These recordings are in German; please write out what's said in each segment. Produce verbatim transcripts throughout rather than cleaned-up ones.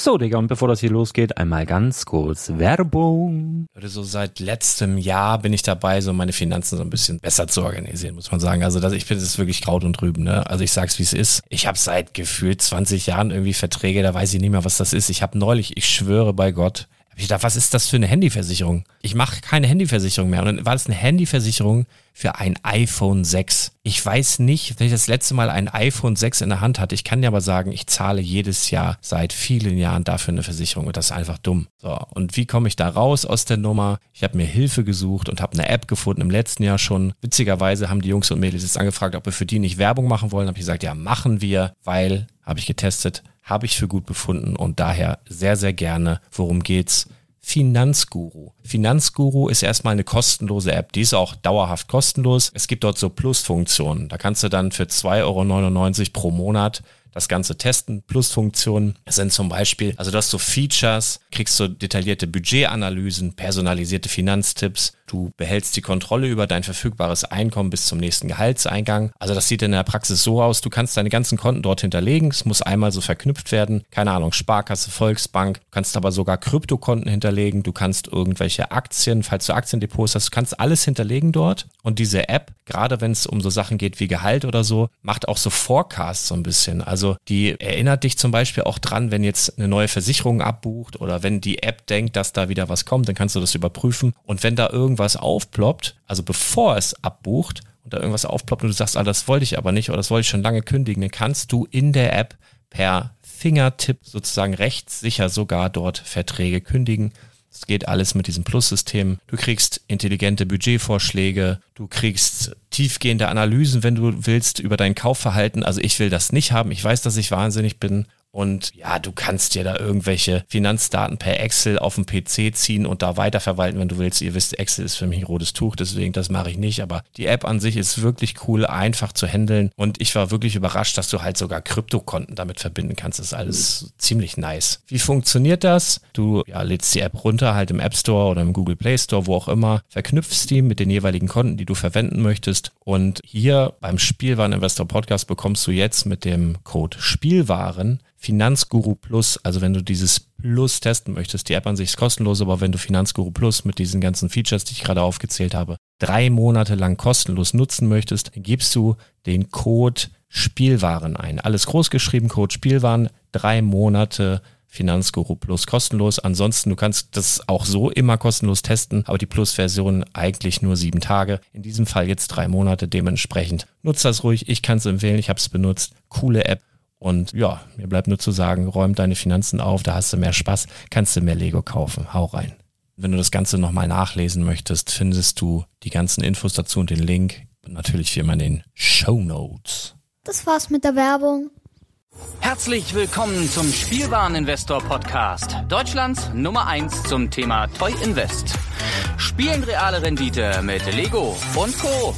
So, Digga, und bevor das hier losgeht, einmal ganz kurz Werbung. So seit letztem Jahr bin ich dabei, so meine Finanzen so ein bisschen besser zu organisieren, muss man sagen. Also das, ich finde, das ist wirklich Kraut und Rüben, ne? Also ich sag's, wie es ist. Ich habe seit gefühlt zwanzig Jahren irgendwie Verträge, da weiß ich nicht mehr, was das ist. Ich habe neulich, ich schwöre bei Gott, hab ich gedacht, was ist das für eine Handyversicherung? Ich mache keine Handyversicherung mehr. Und dann war das eine Handyversicherung für ein iPhone sechs. Ich weiß nicht, wenn ich das letzte Mal ein iPhone sechs in der Hand hatte. Ich kann dir aber sagen, ich zahle jedes Jahr seit vielen Jahren dafür eine Versicherung und das ist einfach dumm. So, und wie komme ich da raus aus der Nummer? Ich habe mir Hilfe gesucht und habe eine App gefunden im letzten Jahr schon. Witzigerweise haben die Jungs und Mädels jetzt angefragt, ob wir für die nicht Werbung machen wollen. Habe ich gesagt, ja, machen wir, weil, habe ich getestet, habe ich für gut befunden und daher sehr, sehr gerne. Worum geht's? Finanzguru. Finanzguru ist erstmal eine kostenlose App. Die ist auch dauerhaft kostenlos. Es gibt dort so Plusfunktionen. Da kannst du dann für zwei Euro neunundneunzig pro Monat das Ganze testen. Plusfunktionen sind zum Beispiel, also du hast so Features, kriegst so detaillierte Budgetanalysen, personalisierte Finanztipps. Du behältst die Kontrolle über dein verfügbares Einkommen bis zum nächsten Gehaltseingang. Also das sieht in der Praxis so aus, du kannst deine ganzen Konten dort hinterlegen. Es muss einmal so verknüpft werden. Keine Ahnung, Sparkasse, Volksbank. Du kannst aber sogar Kryptokonten hinterlegen. Du kannst irgendwelche Aktien, falls du Aktiendepots hast, du kannst alles hinterlegen dort. Und diese App, gerade wenn es um so Sachen geht wie Gehalt oder so, macht auch so Forecasts so ein bisschen. Also die erinnert dich zum Beispiel auch dran, wenn jetzt eine neue Versicherung abbucht oder wenn die App denkt, dass da wieder was kommt, dann kannst du das überprüfen. Und wenn da irgendwas was aufploppt, also bevor es abbucht und da irgendwas aufploppt und du sagst, ah, das wollte ich aber nicht oder das wollte ich schon lange kündigen, dann kannst du in der App per Fingertipp sozusagen rechtssicher sogar dort Verträge kündigen. Das geht alles mit diesem Plus-System. Du kriegst intelligente Budgetvorschläge, du kriegst tiefgehende Analysen, wenn du willst, über dein Kaufverhalten. Also ich will das nicht haben. Ich weiß, dass ich wahnsinnig bin. Und ja, du kannst dir da irgendwelche Finanzdaten per Excel auf dem P C ziehen und da weiterverwalten, wenn du willst. Ihr wisst, Excel ist für mich ein rotes Tuch, deswegen das mache ich nicht. Aber die App an sich ist wirklich cool, einfach zu handeln. Und ich war wirklich überrascht, dass du halt sogar Kryptokonten damit verbinden kannst. Das ist alles mhm. ziemlich nice. Wie funktioniert das? Du ja, lädst die App runter, halt im App Store oder im Google Play Store, wo auch immer, verknüpfst die mit den jeweiligen Konten, die du verwenden möchtest. Und hier beim Spielwareninvestor Podcast bekommst du jetzt mit dem Code Spielwaren Finanzguru Plus, also wenn du dieses Plus testen möchtest, die App an sich ist kostenlos, aber wenn du Finanzguru Plus mit diesen ganzen Features, die ich gerade aufgezählt habe, drei Monate lang kostenlos nutzen möchtest, dann gibst du den Code Spielwaren ein. Alles groß geschrieben, Code Spielwaren, drei Monate Finanzguru Plus kostenlos. Ansonsten, du kannst das auch so immer kostenlos testen, aber die Plus-Version eigentlich nur sieben Tage. In diesem Fall jetzt drei Monate, dementsprechend nutzt das ruhig. Ich kann es empfehlen, ich habe es benutzt. Coole App. Und ja, mir bleibt nur zu sagen, räum deine Finanzen auf, da hast du mehr Spaß, kannst du mehr Lego kaufen. Hau rein. Wenn du das Ganze nochmal nachlesen möchtest, findest du die ganzen Infos dazu und den Link. Und natürlich wie immer in den Shownotes. Das war's mit der Werbung. Herzlich willkommen zum Spielwareninvestor Podcast. Deutschlands Nummer eins zum Thema Toy Invest. Spielen reale Rendite mit Lego und Co.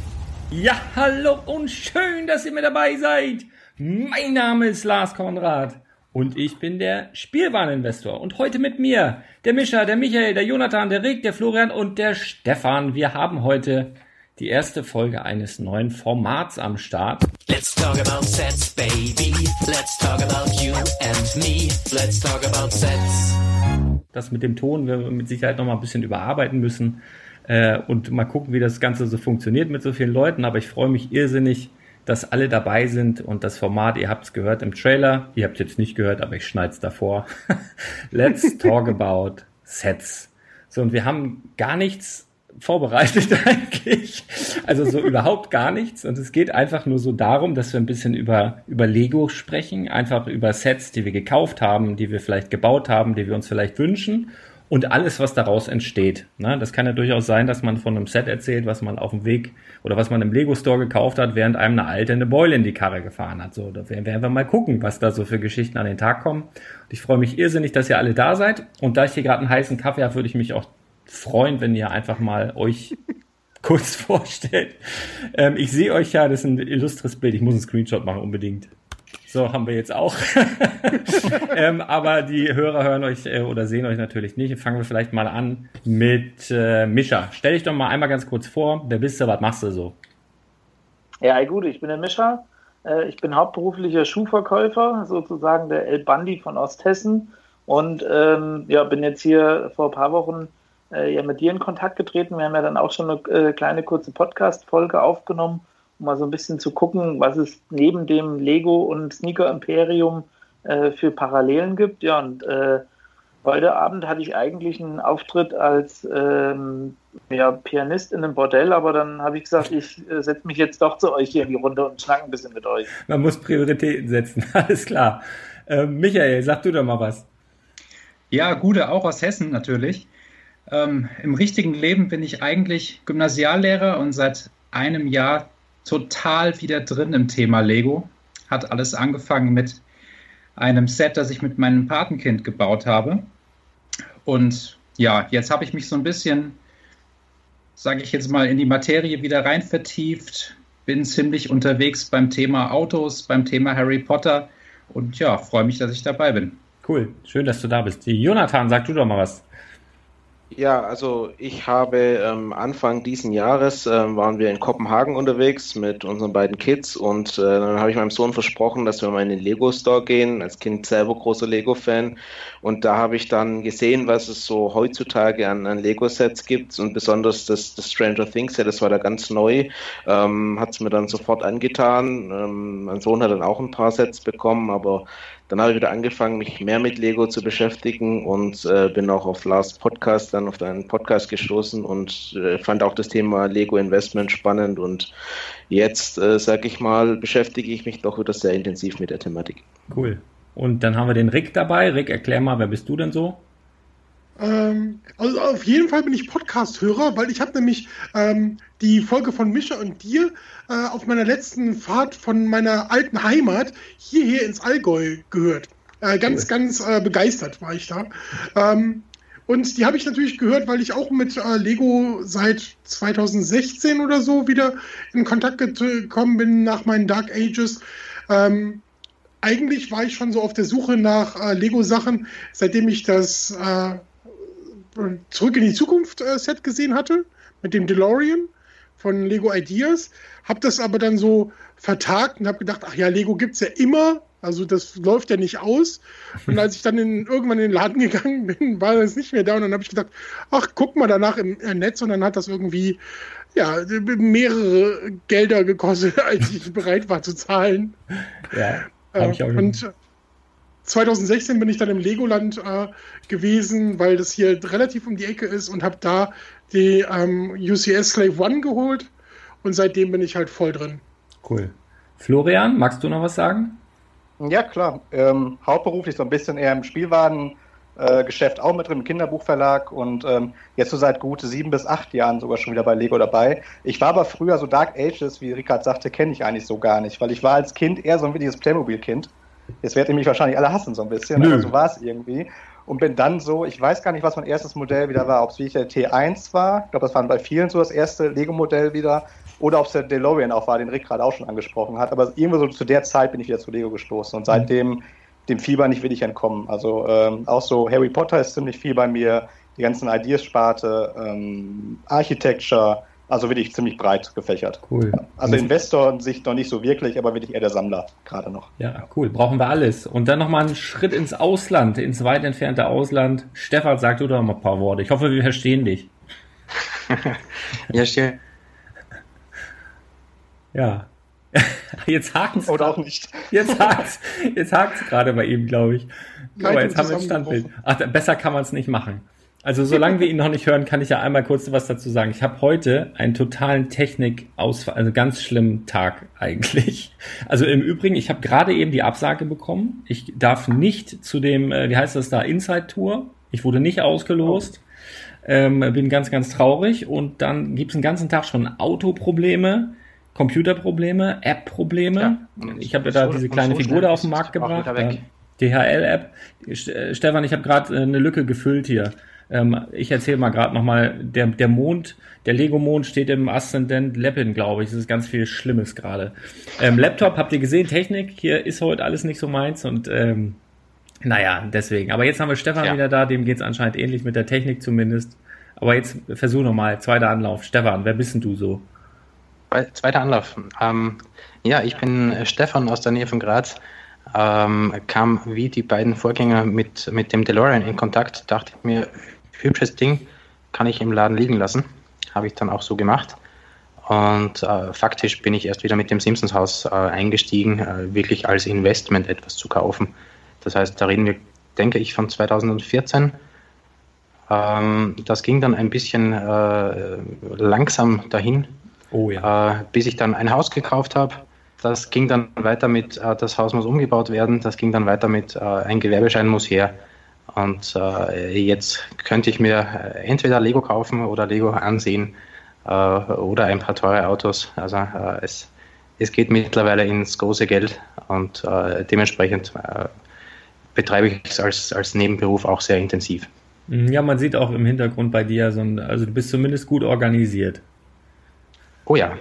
Ja, hallo und schön, dass ihr mit dabei seid. Mein Name ist Lars Konrad und ich bin der Spielwareninvestor. Und heute mit mir der Mischa, der Michael, der Jonathan, der Rick, der Florian und der Stefan. Wir haben heute die erste Folge eines neuen Formats am Start. Let's talk about sets, baby. Let's talk about you and me. Let's talk about sets. Das mit dem Ton werden wir mit Sicherheit noch mal ein bisschen überarbeiten müssen äh, und mal gucken, wie das Ganze so funktioniert mit so vielen Leuten. Aber ich freue mich irrsinnig, dass alle dabei sind und das Format, ihr habt es gehört im Trailer, ihr habt es jetzt nicht gehört, aber ich schneide es davor. Let's talk about sets. So, und wir haben gar nichts vorbereitet eigentlich, also so überhaupt gar nichts und es geht einfach nur so darum, dass wir ein bisschen über, über Lego sprechen, einfach über Sets, die wir gekauft haben, die wir vielleicht gebaut haben, die wir uns vielleicht wünschen. Und alles, was daraus entsteht. Ne? Das kann ja durchaus sein, dass man von einem Set erzählt, was man auf dem Weg oder was man im Lego-Store gekauft hat, während einem eine alte eine Beule in die Karre gefahren hat. So, da werden wir einfach mal gucken, was da so für Geschichten an den Tag kommen. Und ich freue mich irrsinnig, dass ihr alle da seid. Und da ich hier gerade einen heißen Kaffee habe, würde ich mich auch freuen, wenn ihr einfach mal euch kurz vorstellt. Ähm, ich sehe euch ja, das ist ein illustres Bild. Ich muss einen Screenshot machen, unbedingt. So, haben wir jetzt auch. ähm, aber die Hörer hören euch äh, oder sehen euch natürlich nicht. Fangen wir vielleicht mal an mit äh, Mischa. Stell dich doch mal einmal ganz kurz vor. Wer bist du, was machst du so? Ja, gut, ich bin der Mischa. Äh, ich bin hauptberuflicher Schuhverkäufer, sozusagen der El Bandi von Osthessen. Und ähm, ja, bin jetzt hier vor ein paar Wochen äh, ja mit dir in Kontakt getreten. Wir haben ja dann auch schon eine äh, kleine kurze Podcast-Folge aufgenommen, um mal so ein bisschen zu gucken, was es neben dem Lego- und Sneaker-Imperium äh, für Parallelen gibt. Ja, und äh, heute Abend hatte ich eigentlich einen Auftritt als ähm, ja, Pianist in einem Bordell, aber dann habe ich gesagt, ich äh, setze mich jetzt doch zu euch hier in die Runde und schnacke ein bisschen mit euch. Man muss Prioritäten setzen, alles klar. Ähm, Michael, sag du doch mal was. Ja, Gude, auch aus Hessen natürlich. Ähm, Im richtigen Leben bin ich eigentlich Gymnasiallehrer und seit einem Jahr total wieder drin im Thema Lego. Hat alles angefangen mit einem Set, das ich mit meinem Patenkind gebaut habe. Und ja, jetzt habe ich mich so ein bisschen, sage ich jetzt mal, in die Materie wieder rein vertieft. Bin ziemlich unterwegs beim Thema Autos, beim Thema Harry Potter. Und ja, freue mich, dass ich dabei bin. Cool, schön, dass du da bist. Jonathan, sag du doch mal was. Ja, also ich habe ähm, Anfang diesen Jahres ähm, waren wir in Kopenhagen unterwegs mit unseren beiden Kids und äh, dann habe ich meinem Sohn versprochen, dass wir mal in den Lego Store gehen, als Kind selber großer Lego-Fan, und da habe ich dann gesehen, was es so heutzutage an, an Lego-Sets gibt, und besonders das, das Stranger Things Set, das war da ganz neu, ähm, hat es mir dann sofort angetan. Ähm, mein Sohn hat dann auch ein paar Sets bekommen, aber dann habe ich wieder angefangen, mich mehr mit Lego zu beschäftigen und äh, bin auch auf Lars Podcast, dann auf deinen Podcast gestoßen und äh, fand auch das Thema Lego Investment spannend, und jetzt, äh, sag ich mal, beschäftige ich mich doch wieder sehr intensiv mit der Thematik. Cool. Und dann haben wir den Rick dabei. Rick, erklär mal, wer bist du denn so? Ähm, also auf jeden Fall bin ich Podcast-Hörer, weil ich habe nämlich ähm, die Folge von Mischa und dir äh, auf meiner letzten Fahrt von meiner alten Heimat hierher ins Allgäu gehört. Äh, ganz, cool. ganz äh, begeistert war ich da. Ähm, und die habe ich natürlich gehört, weil ich auch mit äh, Lego seit zwanzig sechzehn oder so wieder in Kontakt gekommen bin nach meinen Dark Ages. Ähm, eigentlich war ich schon so auf der Suche nach äh, Lego-Sachen, seitdem ich das äh, Zurück in die Zukunft äh, Set gesehen hatte, mit dem DeLorean von Lego Ideas, habe das aber dann so vertagt und habe gedacht, ach ja, Lego gibt's ja immer, also das läuft ja nicht aus. Und als ich dann in, irgendwann in den Laden gegangen bin, war das nicht mehr da, und dann habe ich gedacht, ach, guck mal danach im, im Netz, und dann hat das irgendwie ja mehrere Gelder gekostet, als ich bereit war zu zahlen. Ja, habe ich auch äh, und zwanzig sechzehn bin ich dann im Legoland äh, gewesen, weil das hier relativ um die Ecke ist, und habe da die ähm, U C S Slave One geholt, und seitdem bin ich halt voll drin. Cool. Florian, magst du noch was sagen? Ja, klar. Ähm, hauptberuflich so ein bisschen eher im Spielwarengeschäft äh, auch mit drin, im Kinderbuchverlag, und ähm, jetzt so seit gut sieben bis acht Jahren sogar schon wieder bei Lego dabei. Ich war aber früher so Dark Ages, wie Rickard sagte, kenne ich eigentlich so gar nicht, weil ich war als Kind eher so ein wirkliches Playmobil-Kind. Jetzt werdet ihr mich wahrscheinlich alle hassen so ein bisschen, Nö. aber so war es irgendwie. Und bin dann so, ich weiß gar nicht, was mein erstes Modell wieder war, ob es wie der T eins war, ich glaube, das war bei vielen so das erste Lego-Modell wieder, oder ob es der DeLorean auch war, den Rick gerade auch schon angesprochen hat. Aber irgendwo so zu der Zeit bin ich wieder zu Lego gestoßen, und seitdem dem Fieber nicht wirklich entkommen. Also ähm, auch so Harry Potter ist ziemlich viel bei mir, die ganzen Ideas-Sparte, ähm, Architecture, also wirklich ziemlich breit gefächert. Cool. Also Investor an sich noch nicht so wirklich, aber wirklich eher der Sammler gerade noch. Ja, cool. Brauchen wir alles. Und dann nochmal einen Schritt ins Ausland, ins weit entfernte Ausland. Stefan, sag du doch mal ein paar Worte. Ich hoffe, wir verstehen dich. Ja, schön. Ja. Jetzt haken's. Oder auch nicht. Jetzt hakt's. Jetzt hakt's gerade bei ihm, glaube ich. Aber jetzt haben wir ein Standbild. Ach, besser kann man es nicht machen. Also solange wir ihn noch nicht hören, kann ich ja einmal kurz was dazu sagen. Ich habe heute einen totalen Technikausfall, also ganz schlimmen Tag eigentlich. Also im Übrigen, ich habe gerade eben die Absage bekommen. Ich darf nicht zu dem, wie heißt das da, Inside Tour. Ich wurde nicht ausgelost. Oh. Ähm, bin ganz, ganz traurig. Und dann gibt's den ganzen Tag schon Autoprobleme, Computerprobleme, App-Probleme. Ja, ich habe ja da diese kleine so Figur da auf den Markt gebracht. D H L-App. Stefan, ich habe gerade eine Lücke gefüllt hier. Ähm, ich erzähle mal gerade nochmal, der, der Mond, der Lego-Mond steht im Aszendent Lepin, glaube ich. Das ist ganz viel Schlimmes gerade. Ähm, Laptop, habt ihr gesehen, Technik, hier ist heute alles nicht so meins, und ähm, naja, deswegen. Aber jetzt haben wir Stefan ja. wieder da, dem geht's anscheinend ähnlich mit der Technik zumindest. Aber jetzt versuch nochmal, zweiter Anlauf. Stefan, wer bist denn du so? Zweiter Anlauf. Ähm, ja, ich bin Stefan aus der Nähe von Graz. ähm, kam wie die beiden Vorgänger mit, mit dem DeLorean in Kontakt, dachte ich mir, hübsches Ding, kann ich im Laden liegen lassen. Habe ich dann auch so gemacht. Und äh, faktisch bin ich erst wieder mit dem Simpsons-Haus äh, eingestiegen, äh, wirklich als Investment etwas zu kaufen. Das heißt, da reden wir, denke ich, von zweitausendvierzehn. Ähm, das ging dann ein bisschen äh, langsam dahin, oh, ja. äh, bis ich dann ein Haus gekauft habe. Das ging dann weiter mit, äh, das Haus muss umgebaut werden. Das ging dann weiter mit, äh, ein Gewerbeschein muss her. Und äh, jetzt könnte ich mir entweder Lego kaufen oder Lego ansehen. Oder ein paar teure Autos. Also äh, es, es geht mittlerweile ins große Geld und äh, dementsprechend äh, betreibe ich es als, als Nebenberuf auch sehr intensiv. Ja, man sieht auch im Hintergrund bei dir, so ein, also du bist zumindest gut organisiert. Oh ja.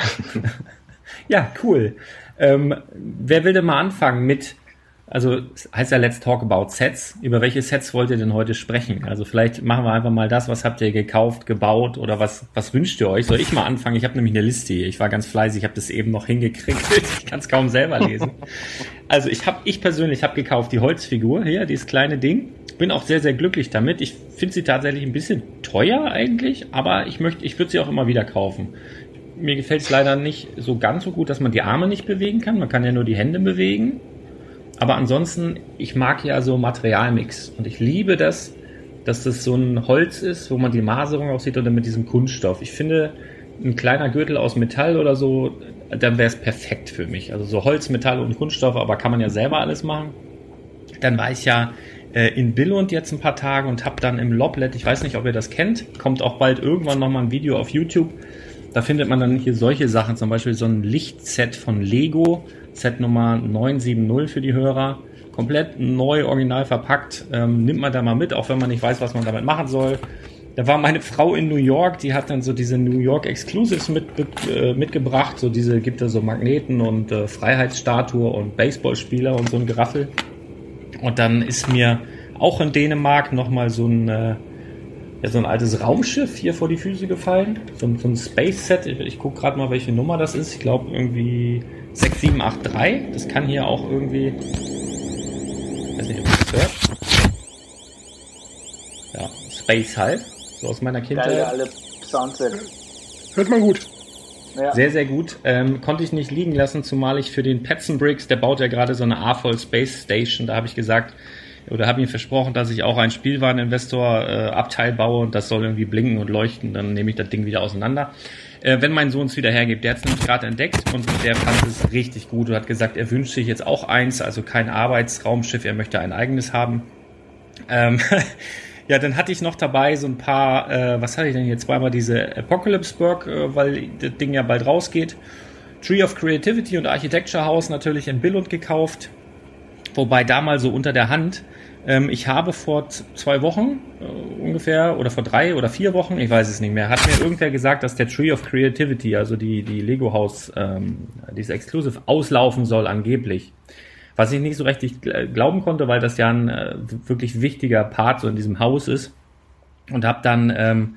Ja, cool. Ähm, wer will denn mal anfangen mit, also es heißt ja Let's Talk About Sets. Über welche Sets wollt ihr denn heute sprechen? Also vielleicht machen wir einfach mal das, was habt ihr gekauft, gebaut oder was was wünscht ihr euch? Soll ich mal anfangen? Ich habe nämlich eine Liste hier. Ich war ganz fleißig, ich habe das eben noch hingekriegt. Ich kann es kaum selber lesen. Also ich habe, ich persönlich habe gekauft die Holzfigur hier, dieses kleine Ding. Bin auch sehr, sehr glücklich damit. Ich finde sie tatsächlich ein bisschen teuer eigentlich, aber ich möchte, ich würde sie auch immer wieder kaufen. Mir gefällt es leider nicht so ganz so gut, dass man die Arme nicht bewegen kann. Man kann ja nur die Hände bewegen. Aber ansonsten, ich mag ja so Materialmix und ich liebe das, dass das so ein Holz ist, wo man die Maserung auch sieht oder mit diesem Kunststoff. Ich finde, ein kleiner Gürtel aus Metall oder so, dann wäre es perfekt für mich. Also so Holz, Metall und Kunststoff, aber kann man ja selber alles machen. Dann war ich ja äh, in Billund jetzt ein paar Tage und habe dann im Loblet, ich weiß nicht, ob ihr das kennt, kommt auch bald irgendwann nochmal ein Video auf YouTube. Da findet man dann hier solche Sachen, zum Beispiel so ein Lichtset von Lego, Set Nummer neun sieben null für die Hörer, komplett neu, original verpackt, ähm, nimmt man da mal mit, auch wenn man nicht weiß, was man damit machen soll. Da war meine Frau in New York, die hat dann so diese New York Exclusives mit, äh, mitgebracht, so diese, gibt da so Magneten und äh, Freiheitsstatue und Baseballspieler und so ein Geraffel. Und dann ist mir auch in Dänemark nochmal so ein, äh, ja, so ein altes Raumschiff hier vor die Füße gefallen, so, so ein Space-Set, ich, ich gucke gerade mal, welche Nummer das ist, ich glaube irgendwie sechs sieben acht drei, das kann hier auch irgendwie, ich weiß nicht, ob ihr das hört. Ja, Space halt, so aus meiner Kindheit. Geile, alle Soundset. Hört man gut. Ja. Sehr, sehr gut. Ähm, konnte ich nicht liegen lassen, zumal ich für den Petson Briggs, der baut ja gerade so eine A V O L Space Station, da habe ich gesagt, oder habe ihm versprochen, dass ich auch einen Spielwareninvestor-Abteil äh, baue und das soll irgendwie blinken und leuchten, dann nehme ich das Ding wieder auseinander. Äh, wenn mein Sohn es wieder hergibt, der hat es nämlich gerade entdeckt und der fand es richtig gut und hat gesagt, er wünscht sich jetzt auch eins, also kein Arbeitsraumschiff, er möchte ein eigenes haben. Ähm, ja, dann hatte ich noch dabei so ein paar, äh, was hatte ich denn hier, zweimal diese Apocalypseburg, äh, weil das Ding ja bald rausgeht. Tree of Creativity und Architecture House natürlich in Billund gekauft. Wobei da mal so unter der Hand, ähm, ich habe vor z- zwei Wochen äh, ungefähr oder vor drei oder vier Wochen, ich weiß es nicht mehr, hat mir irgendwer gesagt, dass der Tree of Creativity, also die, die Lego House, ähm, dieses Exclusive auslaufen soll angeblich. Was ich nicht so richtig glauben konnte, weil das ja ein äh, wirklich wichtiger Part so in diesem Haus ist. Und habe dann ähm,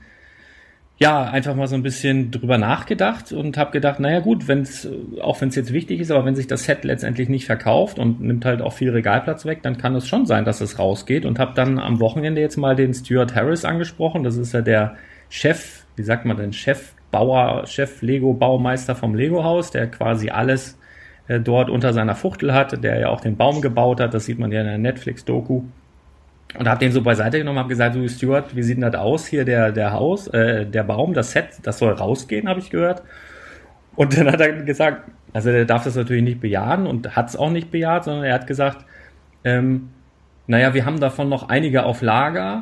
ja einfach mal so ein bisschen drüber nachgedacht und habe gedacht, naja gut, wenn's, auch wenn es jetzt wichtig ist, aber wenn sich das Set letztendlich nicht verkauft und nimmt halt auch viel Regalplatz weg, dann kann es schon sein, dass es rausgeht. Und habe dann am Wochenende jetzt mal den Stuart Harris angesprochen. Das ist ja der Chef, wie sagt man denn, Chefbauer, Chef-Lego-Baumeister vom Lego-Haus, der quasi alles äh, dort unter seiner Fuchtel hat, der ja auch den Baum gebaut hat. Das sieht man ja in der Netflix-Doku. Und habe den so beiseite genommen, habe gesagt, du Stuart, wie sieht denn das aus hier, der der Haus, äh, der Baum, das Set, das soll rausgehen, habe ich gehört. Und dann hat er gesagt, also der darf das natürlich nicht bejahen und hat es auch nicht bejaht, sondern er hat gesagt, ähm, naja, wir haben davon noch einige auf Lager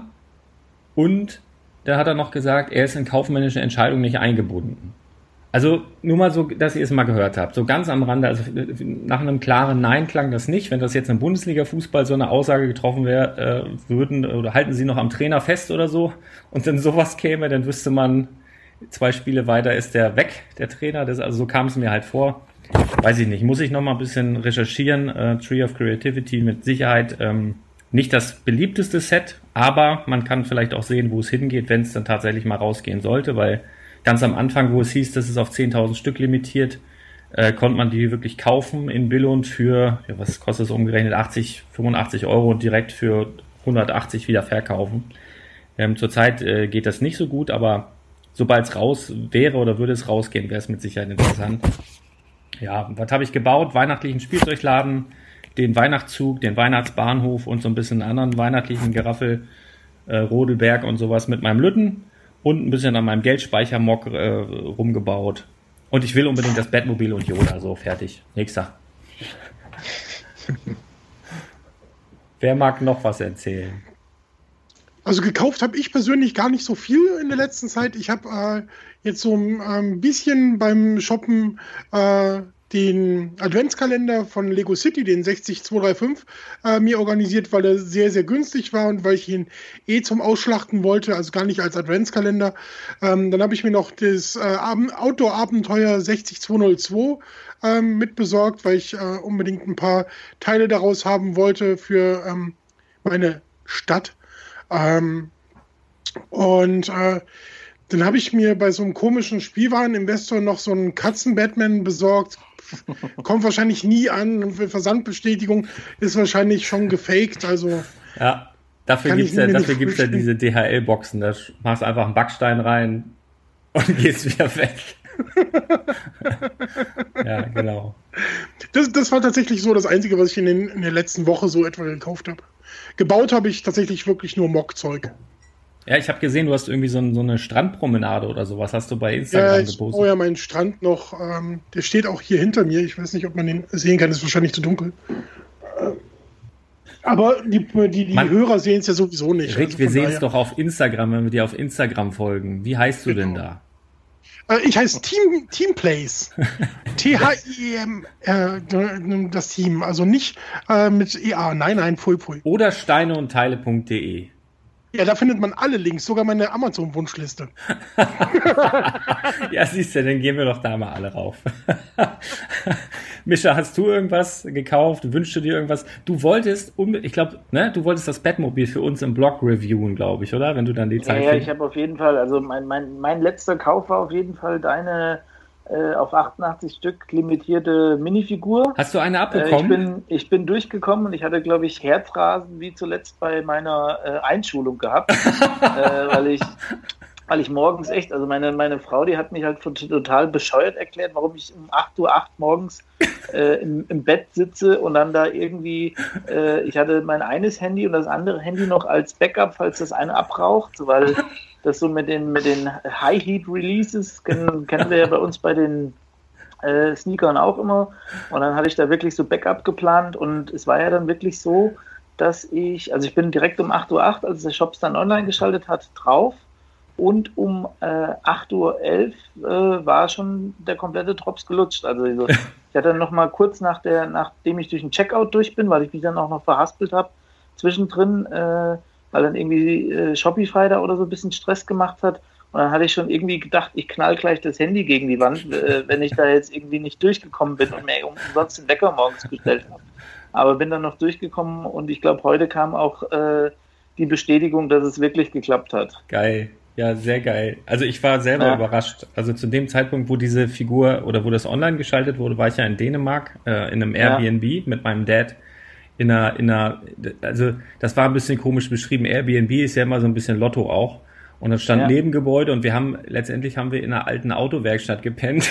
und dann hat er noch gesagt, er ist in kaufmännische Entscheidungen nicht eingebunden. Also nur mal so, dass ihr es mal gehört habt. So ganz am Rande, also nach einem klaren Nein klang das nicht. Wenn das jetzt im Bundesliga-Fußball so eine Aussage getroffen wäre, äh, würden oder halten sie noch am Trainer fest oder so und dann sowas käme, dann wüsste man, zwei Spiele weiter ist der weg, der Trainer. Das, also so kam es mir halt vor. Weiß ich nicht, muss ich noch mal ein bisschen recherchieren. Äh, Tree of Creativity mit Sicherheit ähm, nicht das beliebteste Set, aber man kann vielleicht auch sehen, wo es hingeht, wenn es dann tatsächlich mal rausgehen sollte, weil ganz am Anfang, wo es hieß, dass es auf zehntausend Stück limitiert, äh, konnte man die wirklich kaufen in Billund für, ja, was kostet es umgerechnet, achtzig, fünfundachtzig Euro und direkt für hundertachtzig wieder verkaufen. Ähm, zurzeit äh, geht das nicht so gut, aber sobald es raus wäre oder würde es rausgehen, wäre es mit Sicherheit interessant. Ja, was habe ich gebaut? Weihnachtlichen Spielzeugladen, den Weihnachtszug, den Weihnachtsbahnhof und so ein bisschen anderen weihnachtlichen Geraffel, äh, Rodelberg und sowas mit meinem Lütten und ein bisschen an meinem Geldspeichermock äh, rumgebaut. Und ich will unbedingt das Batmobil und Yoda, so fertig. Nächster. Wer mag noch was erzählen? Also gekauft habe ich persönlich gar nicht so viel in der letzten Zeit. Ich habe äh, jetzt so ein ähm, bisschen beim Shoppen äh, den Adventskalender von Lego City, den sechzig zwei drei fünf, äh, mir organisiert, weil er sehr, sehr günstig war und weil ich ihn eh zum Ausschlachten wollte, also gar nicht als Adventskalender. Ähm, dann habe ich mir noch das äh, Outdoor-Abenteuer sechzig zwei null zwei ähm, mitbesorgt, weil ich äh, unbedingt ein paar Teile daraus haben wollte für ähm, meine Stadt. Ähm, und äh, dann habe ich mir bei so einem komischen Spielwareninvestor noch so einen Katzen-Batman besorgt. Kommt wahrscheinlich nie an. Versandbestätigung ist wahrscheinlich schon gefaked. Also ja, dafür gibt es ja, dafür gibt's ja diese D H L-Boxen. Da machst du einfach einen Backstein rein und gehst wieder weg. Ja, genau. Das, das war tatsächlich so das Einzige, was ich in, den, in der letzten Woche so etwa gekauft habe. Gebaut habe ich tatsächlich wirklich nur Mockzeug. Ja, ich habe gesehen, du hast irgendwie so, ein, so eine Strandpromenade oder sowas, hast du bei Instagram ja, gepostet. Ich baue ja meinen Strand noch, ähm, der steht auch hier hinter mir. Ich weiß nicht, ob man den sehen kann, ist wahrscheinlich zu dunkel. Aber die, die, die man, Hörer sehen es ja sowieso nicht. Rick, also wir sehen es doch auf Instagram, wenn wir dir auf Instagram folgen. Wie heißt du genau. denn da? Ich heiße Team, Teamplays. T H I M, äh, das Team. Also nicht äh, mit E A. Nein, nein, pfui, pfui. Oder steine und teile punkt de. Ja, da findet man alle Links, sogar meine Amazon-Wunschliste. Ja, siehst du, dann gehen wir doch da mal alle rauf. Mischa, hast du irgendwas gekauft? Wünschst du dir irgendwas? Du wolltest, ich glaube, ne, du wolltest das Batmobil für uns im Blog reviewen, glaube ich, oder? Wenn du dann die Zeit Ja, ja ich habe auf jeden Fall, also mein, mein, mein letzter Kauf war auf jeden Fall deine äh, auf achtundachtzig Stück limitierte Minifigur. Hast du eine abbekommen? Äh, ich, bin, ich bin durchgekommen und ich hatte, glaube ich, Herzrasen wie zuletzt bei meiner äh, Einschulung gehabt, äh, weil ich weil ich morgens echt, also meine, meine Frau, die hat mich halt total bescheuert erklärt, warum ich um acht Uhr acht morgens äh, im, im Bett sitze und dann da irgendwie, äh, ich hatte mein eines Handy und das andere Handy noch als Backup, falls das eine abraucht, weil das so mit den, mit den High-Heat-Releases kennen, kennen wir ja bei uns bei den äh, Sneakern auch immer. Und dann hatte ich da wirklich so Backup geplant und es war ja dann wirklich so, dass ich, also ich bin direkt um acht Uhr acht, als der Shops dann online geschaltet hat, drauf. Und um äh, acht Uhr elf äh, war schon der komplette Drops gelutscht. Also ich hatte dann noch mal kurz nach der, nachdem ich durch den Checkout durch bin, weil ich mich dann auch noch verhaspelt habe, zwischendrin, äh, weil dann irgendwie äh, Shopify da oder so ein bisschen Stress gemacht hat. Und dann hatte ich schon irgendwie gedacht, ich knall gleich das Handy gegen die Wand, äh, wenn ich da jetzt irgendwie nicht durchgekommen bin und mir umsonst den Wecker morgens gestellt habe. Aber bin dann noch durchgekommen und ich glaube, heute kam auch äh, die Bestätigung, dass es wirklich geklappt hat. Geil. Ja, sehr geil. Also ich war selber ja. überrascht. Also zu dem Zeitpunkt, wo diese Figur oder wo das online geschaltet wurde, war ich ja in Dänemark, äh, in einem Airbnb ja. mit meinem Dad. In einer, in einer, also das war ein bisschen komisch beschrieben. Airbnb ist ja immer so ein bisschen Lotto auch. Und das stand ja. Nebengebäude und wir haben, letztendlich haben wir in einer alten Autowerkstatt gepennt.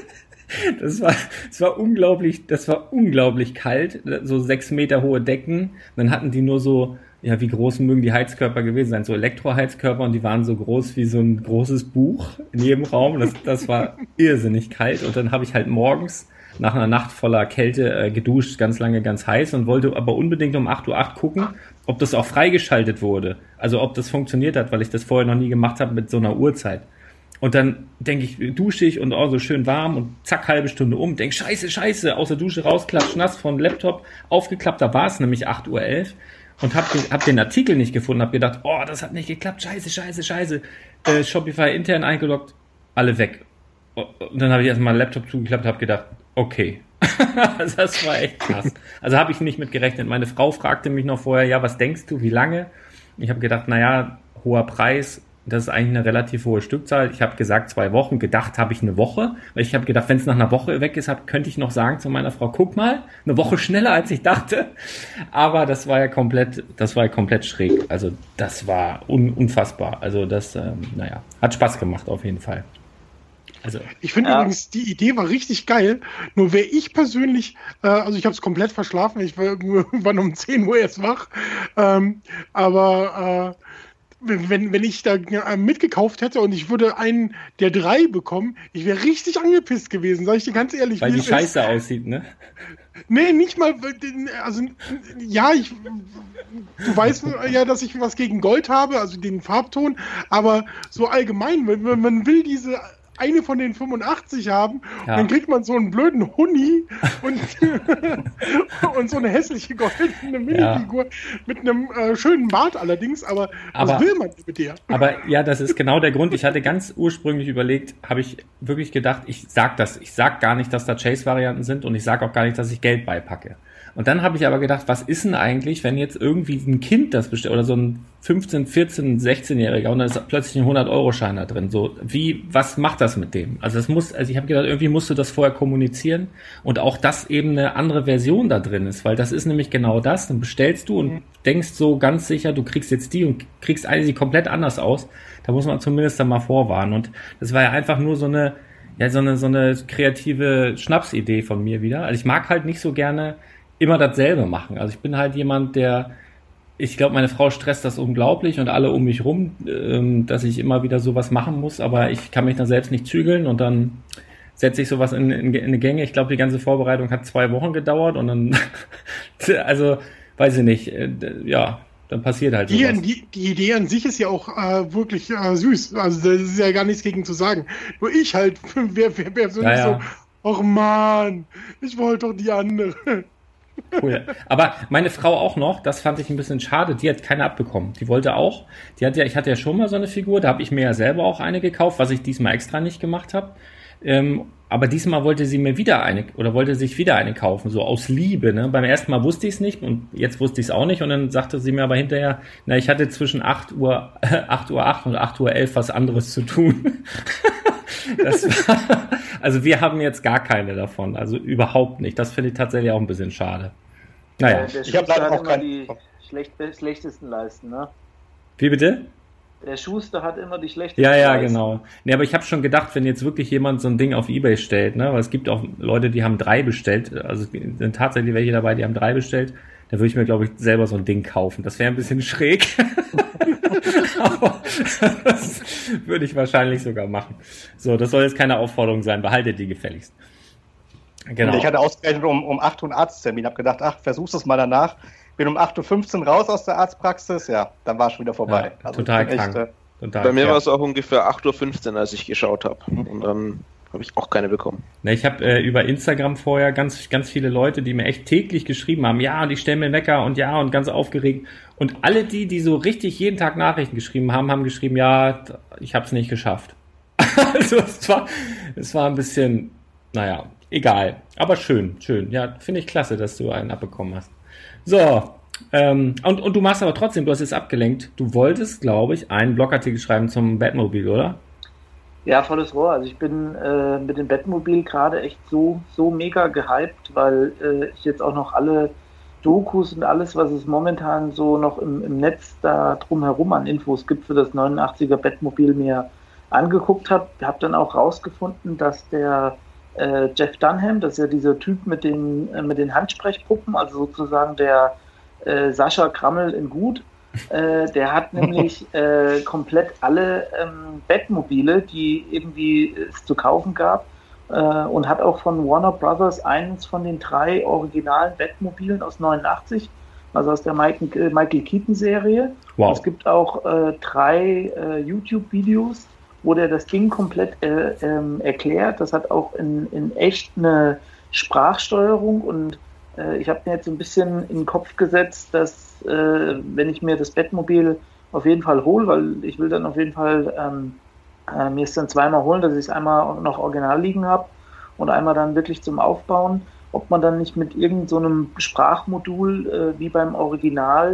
Das war, das war unglaublich, das war unglaublich kalt. So sechs Meter hohe Decken. Dann hatten die nur so, ja, wie groß mögen die Heizkörper gewesen sein? So Elektroheizkörper und die waren so groß wie so ein großes Buch in jedem Raum. Das, das war irrsinnig kalt. Und dann habe ich halt morgens nach einer Nacht voller Kälte äh, geduscht, ganz lange, ganz heiß und wollte aber unbedingt um acht Uhr acht gucken, ob das auch freigeschaltet wurde. Also ob das funktioniert hat, weil ich das vorher noch nie gemacht habe mit so einer Uhrzeit. Und dann denke ich, dusche ich und oh, so schön warm und zack, halbe Stunde um, denke, scheiße, scheiße, aus der Dusche raus, klatsch nass von Laptop, aufgeklappt, da war es nämlich acht Uhr elf. Und hab den, hab den Artikel nicht gefunden, hab gedacht, oh, das hat nicht geklappt, scheiße, scheiße, scheiße. Äh, Shopify intern eingeloggt, alle weg. Und dann habe ich erstmal Laptop zugeklappt, hab gedacht, okay. Das war echt krass. Also habe ich nicht mit gerechnet. Meine Frau fragte mich noch vorher, ja, was denkst du, wie lange? Ich habe gedacht, naja, hoher Preis, Das ist eigentlich eine relativ hohe Stückzahl. Ich habe gesagt zwei Wochen, gedacht habe ich eine Woche. Weil ich habe gedacht, wenn es nach einer Woche weg ist, hab, könnte ich noch sagen zu meiner Frau, guck mal, eine Woche schneller als ich dachte. Aber das war ja komplett, das war ja komplett schräg. Also das war un, unfassbar. Also das, ähm, naja, hat Spaß gemacht auf jeden Fall. Also, ich finde ja. übrigens, die Idee war richtig geil. Nur wäre ich persönlich, äh, also ich habe es komplett verschlafen. Ich war irgendwann um zehn Uhr erst wach. Ähm, aber äh, Wenn, wenn ich da mitgekauft hätte und ich würde einen der drei bekommen, ich wäre richtig angepisst gewesen, sag ich dir ganz ehrlich. Weil die scheiße ist. aussieht, ne? Nee, nicht mal, also ja, ich, du weißt ja, dass ich was gegen Gold habe, also den Farbton, aber so allgemein, wenn man will diese eine von den fünfundachtzig haben, ja. Und dann kriegt man so einen blöden Huni und, und so eine hässliche goldene Minifigur ja. mit einem äh, schönen Bart allerdings, aber, aber was will man mit der? Aber ja, das ist genau der Grund. Ich hatte ganz ursprünglich überlegt, habe ich wirklich gedacht, ich sag das, ich sag gar nicht, dass da Chase-Varianten sind und ich sag auch gar nicht, dass ich Geld beipacke. Und dann habe ich aber gedacht, was ist denn eigentlich, wenn jetzt irgendwie ein Kind das bestellt oder so ein fünfzehn-, vierzehn-, sechzehnjähriger und dann ist plötzlich ein hundert-Euro-Schein da drin. So, wie, was macht das mit dem? Also das muss, also ich habe gedacht, irgendwie musst du das vorher kommunizieren und auch, dass eben eine andere Version da drin ist, weil das ist nämlich genau das. Dann bestellst du und mhm. denkst so ganz sicher, du kriegst jetzt die und kriegst eine, die komplett anders aus. Da muss man zumindest dann mal vorwarnen. Und das war ja einfach nur so eine, ja, so eine, so eine kreative Schnapsidee von mir wieder. Also ich mag halt nicht so gerne immer dasselbe machen. Also ich bin halt jemand, der, ich glaube, meine Frau stresst das unglaublich und alle um mich rum, ähm, dass ich immer wieder sowas machen muss, aber ich kann mich dann selbst nicht zügeln und dann setze ich sowas in, in, in eine Gänge. Ich glaube, die ganze Vorbereitung hat zwei Wochen gedauert und dann, also, weiß ich nicht, äh, ja, dann passiert halt die, sowas. Die, die Idee an sich ist ja auch äh, wirklich äh, süß. Also da ist ja gar nichts gegen zu sagen. Nur ich halt, wer, wer, wer so, ja, ja. so, ach man, ich wollte doch die andere. Cool. Aber meine Frau auch noch, das fand ich ein bisschen schade, die hat keine abbekommen. Die wollte auch, die hat ja, ich hatte ja schon mal so eine Figur, da habe ich mir ja selber auch eine gekauft, was ich diesmal extra nicht gemacht habe. Ähm, aber diesmal wollte sie mir wieder eine, oder wollte sich wieder eine kaufen, so aus Liebe, ne? Beim ersten Mal wusste ich es nicht und jetzt wusste ich es auch nicht und dann sagte sie mir aber hinterher, na, ich hatte zwischen acht Uhr acht und acht Uhr elf was anderes zu tun. Das war, also wir haben jetzt gar keine davon, also überhaupt nicht. Das finde ich tatsächlich auch ein bisschen schade. Naja. Der ich habe leider auch immer die schlecht, schlechtesten Leisten, ne? Wie bitte? Der Schuster hat immer die schlechtesten Ja, ja, Leisten. genau. Nee, aber ich habe schon gedacht, wenn jetzt wirklich jemand so ein Ding auf eBay stellt, ne, weil es gibt auch Leute, die haben drei bestellt, also sind tatsächlich welche dabei, die haben drei bestellt, da würde ich mir, glaube ich, selber so ein Ding kaufen. Das wäre ein bisschen schräg. Aber das würde ich wahrscheinlich sogar machen. So, das soll jetzt keine Aufforderung sein. Behaltet die gefälligst. Genau. Und ich hatte ausgerechnet um, um acht Uhr einen Arzttermin. Habe gedacht, ach, versuch's es mal danach. Bin um acht Uhr fünfzehn raus aus der Arztpraxis. Ja, dann war es schon wieder vorbei. Ja, also total krank. Echt, äh, total Bei mir ja. war es auch ungefähr acht Uhr fünfzehn, als ich geschaut habe. Mhm. Und dann habe ich auch keine bekommen. Na, ich habe äh, über Instagram vorher ganz, ganz viele Leute, die mir echt täglich geschrieben haben, ja, und ich stelle mir einen Wecker und ja, und ganz aufgeregt. Und alle die, die so richtig jeden Tag Nachrichten geschrieben haben, haben geschrieben, ja, ich habe es nicht geschafft. Also es war, es war ein bisschen, naja, egal. Aber schön, schön. Ja, finde ich klasse, dass du einen abbekommen hast. So, ähm, und, und du machst aber trotzdem, du hast jetzt abgelenkt, du wolltest, glaube ich, einen Blogartikel schreiben zum Batmobil, oder? Ja, volles Rohr. Also ich bin äh, mit dem Batmobil gerade echt so, so mega gehypt, weil äh, ich jetzt auch noch alle Dokus und alles, was es momentan so noch im, im Netz da drumherum an Infos gibt für das neunundachtziger Batmobil mir angeguckt habe. Ich habe dann auch rausgefunden, dass der äh, Jeff Dunham, das ist ja dieser Typ mit den, äh, mit den Handsprechpuppen, also sozusagen der äh, Sascha Krammel in gut, Äh, der hat nämlich äh, komplett alle ähm, Batmobile, die irgendwie es zu kaufen gab, äh, und hat auch von Warner Brothers eines von den drei originalen Batmobilen aus neunundachtzig, also aus der Michael, äh, Michael Keaton Serie. Wow. Es gibt auch äh, drei äh, YouTube-Videos, wo der das Ding komplett äh, ähm, erklärt. Das hat auch in, in echt eine Sprachsteuerung und äh, ich habe mir jetzt so ein bisschen in den Kopf gesetzt, dass Äh, wenn ich mir das Batmobil auf jeden Fall hole, weil ich will dann auf jeden Fall ähm, äh, mir es dann zweimal holen, dass ich es einmal noch original liegen habe und einmal dann wirklich zum Aufbauen, ob man dann nicht mit irgendeinem so Sprachmodul äh, wie beim Original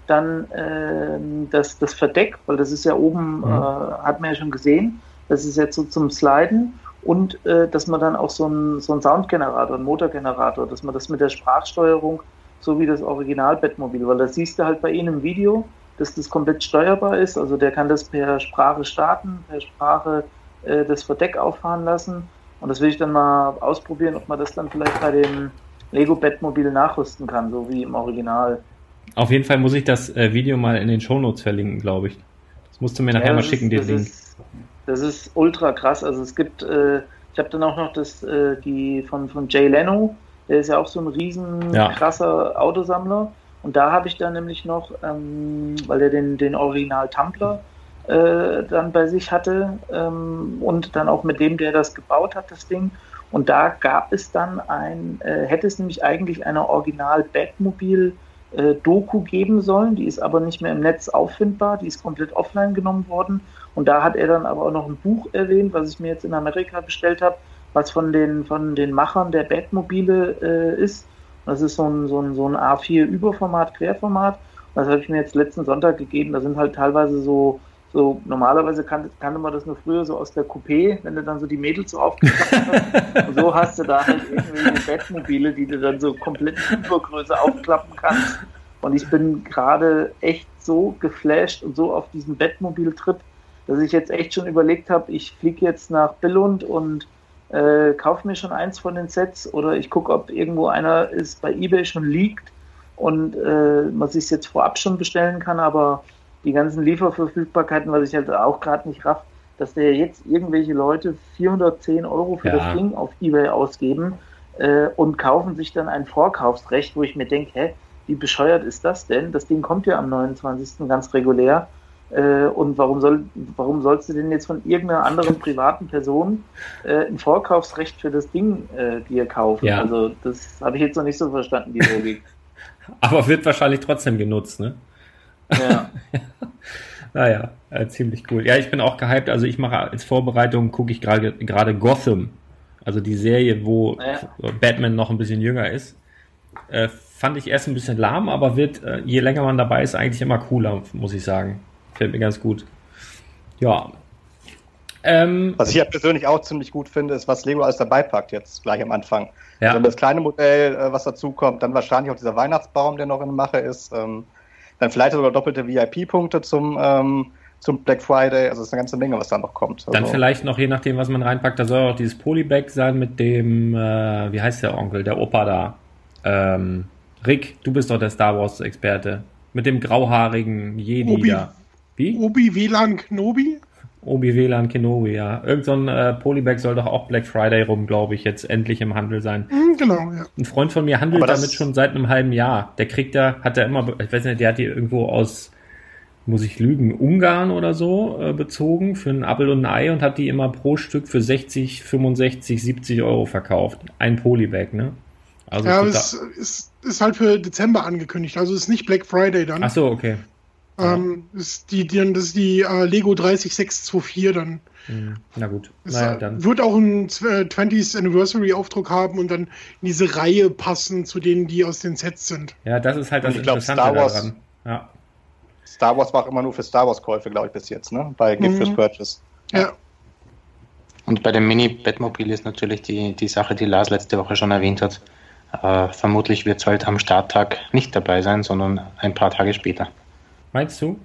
dann äh, das, das Verdeck, weil das ist ja oben, mhm. äh, hat man ja schon gesehen, das ist jetzt so zum Sliden und äh, dass man dann auch so einen so einen Soundgenerator, einen Motorgenerator, dass man das mit der Sprachsteuerung, so wie das Original-Bettmobil, weil das siehst du halt bei Ihnen im Video, dass das komplett steuerbar ist, also der kann das per Sprache starten, per Sprache äh, das Verdeck auffahren lassen und das will ich dann mal ausprobieren, ob man das dann vielleicht bei dem Lego-Bettmobil nachrüsten kann, so wie im Original. Auf jeden Fall muss ich das äh, Video mal in den Shownotes verlinken, glaube ich. Das musst du mir nachher ja, mal schicken, den Link. Ist, das ist ultra krass. Also es gibt, äh, ich habe dann auch noch das, äh, die von, von Jay Leno, der ist ja auch so ein riesen ja. krasser Autosammler. Und da habe ich dann nämlich noch, ähm, weil er den, den Original Tumbler äh, dann bei sich hatte ähm, und dann auch mit dem, der das gebaut hat, das Ding. Und da gab es dann ein, äh, hätte es nämlich eigentlich eine Original Batmobil Äh, Doku geben sollen, die ist aber nicht mehr im Netz auffindbar, die ist komplett offline genommen worden und da hat er dann aber auch noch ein Buch erwähnt, was ich mir jetzt in Amerika bestellt habe, was von den von den Machern der Batmobile äh, ist. Das ist so ein, so ein, so ein A vier Überformat, Querformat. Das habe ich mir jetzt letzten Sonntag gegeben, da sind halt teilweise so so normalerweise kannte, kannte man das nur früher so aus der Coupé, wenn du dann so die Mädels so aufgeklappt hast. Und so hast du da halt irgendwelche Bettmobile, die du dann so komplett in Übergröße aufklappen kannst. Und ich bin gerade echt so geflasht und so auf diesen Bettmobil-Trip, dass ich jetzt echt schon überlegt habe, ich fliege jetzt nach Billund und äh, kaufe mir schon eins von den Sets oder ich gucke, ob irgendwo einer ist bei eBay schon liegt und äh, man sich jetzt vorab schon bestellen kann, aber die ganzen Lieferverfügbarkeiten, was ich halt auch gerade nicht raff, dass der jetzt irgendwelche Leute vierhundertzehn Euro für ja. das Ding auf eBay ausgeben äh, und kaufen sich dann ein Vorkaufsrecht, wo ich mir denke, hä, wie bescheuert ist das denn? Das Ding kommt ja am neunundzwanzigsten ganz regulär äh, und warum soll warum sollst du denn jetzt von irgendeiner anderen privaten Person äh, ein Vorkaufsrecht für das Ding äh, dir kaufen? Ja. Also das habe ich jetzt noch nicht so verstanden, die Logik. Aber wird wahrscheinlich trotzdem genutzt, ne? Ja. Naja, äh, ziemlich cool. Ja, ich bin auch gehypt. Also ich mache als Vorbereitung, gucke ich gerade gerade Gotham, also die Serie, wo ja. Batman noch ein bisschen jünger ist. Äh, fand ich erst ein bisschen lahm, aber wird, äh, je länger man dabei ist, eigentlich immer cooler, muss ich sagen. Fällt mir ganz gut. Ja. Ähm, was ich ja persönlich auch ziemlich gut finde, ist, was Lego alles dabei packt, jetzt gleich am Anfang. Ja. Also das kleine Modell, äh, was dazu kommt, dann wahrscheinlich auch dieser Weihnachtsbaum, der noch in der Mache ist. Ähm, Dann vielleicht sogar doppelte V I P-Punkte zum, ähm, zum Black Friday. Also es ist eine ganze Menge, was da noch kommt. Also dann vielleicht noch, je nachdem, was man reinpackt, da soll auch dieses Polybag sein mit dem, äh, wie heißt der Onkel, der Opa da? Ähm, Rick, du bist doch der Star Wars-Experte. Mit dem grauhaarigen Jedi Obi, da. Wie? Obi-W L A N Kenobi? Obi-W L A N Kenobi, ja. Irgend so ein äh, Polybag soll doch auch Black Friday rum, glaube ich, jetzt endlich im Handel sein. Mhm, genau, ja. Ein Freund von mir handelt damit schon seit einem halben Jahr. Der kriegt da, hat er immer, ich weiß nicht, der hat die irgendwo aus, muss ich lügen, Ungarn oder so äh, bezogen für einen Appel und ein Ei und hat die immer pro Stück für sechzig, fünfundsechzig, siebzig Euro verkauft. Ein Polybag, ne? Also ja, es ist, ist halt für Dezember angekündigt, also es ist nicht Black Friday dann. Ach so, okay. Ähm, ist die, die, das ist die äh, Lego dreißig sechs zwei vier dann. Na gut. Es naja, dann. wird auch einen zwanzigsten Anniversary Aufdruck haben und dann in diese Reihe passen zu denen, die aus den Sets sind. Ja, das ist halt das ich glaub, Interessante Star Wars, daran. Ja. Star Wars war auch immer nur für Star Wars Käufe, glaube ich, bis jetzt, ne? Bei Gift Mhm. fürs Purchase. Ja. Und bei dem Mini-Batmobil ist natürlich die, die Sache, die Lars letzte Woche schon erwähnt hat. Äh, vermutlich wird es halt am Starttag nicht dabei sein, sondern ein paar Tage später. Meinst du?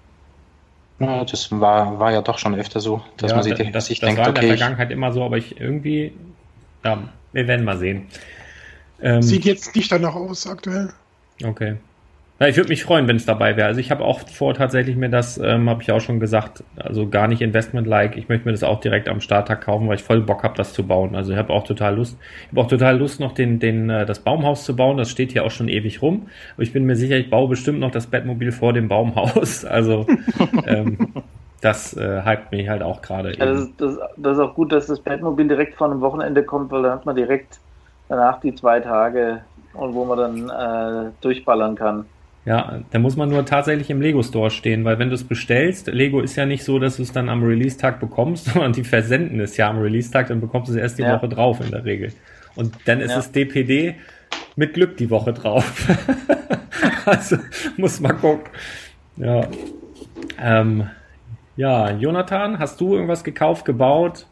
Ja, das war, war ja doch schon öfter so, dass ja, man sich, das, das, sich das denkt, war in der okay, ich, Vergangenheit immer so, aber ich irgendwie, ja, wir werden mal sehen. Ähm, Sieht jetzt nicht danach aus aktuell. Okay. Ja, ich würde mich freuen, wenn es dabei wäre. Also ich habe auch vor, tatsächlich mir das, ähm, habe ich auch schon gesagt, also gar nicht Investment-like. Ich möchte mir das auch direkt am Starttag kaufen, weil ich voll Bock habe, das zu bauen. Also ich habe auch total Lust. Ich habe auch total Lust, noch den, den, äh, das Baumhaus zu bauen. Das steht hier auch schon ewig rum. Aber ich bin mir sicher, ich baue bestimmt noch das Batmobil vor dem Baumhaus. Also ähm, das äh, hypt mich halt auch gerade. Ja, das, ist, das, das ist auch gut, dass das Batmobil direkt vor einem Wochenende kommt, weil dann hat man direkt danach die zwei Tage, und wo man dann äh, durchballern kann. Ja, da muss man nur tatsächlich im Lego-Store stehen, weil wenn du es bestellst, Lego ist ja nicht so, dass du es dann am Release-Tag bekommst, sondern die versenden es ja am Release-Tag, dann bekommst du es erst die ja. Woche drauf in der Regel. Und dann ist ja. es D P D mit Glück die Woche drauf. Also muss mal gucken. Ja. Ähm, ja, Jonathan, hast du irgendwas gekauft, gebaut?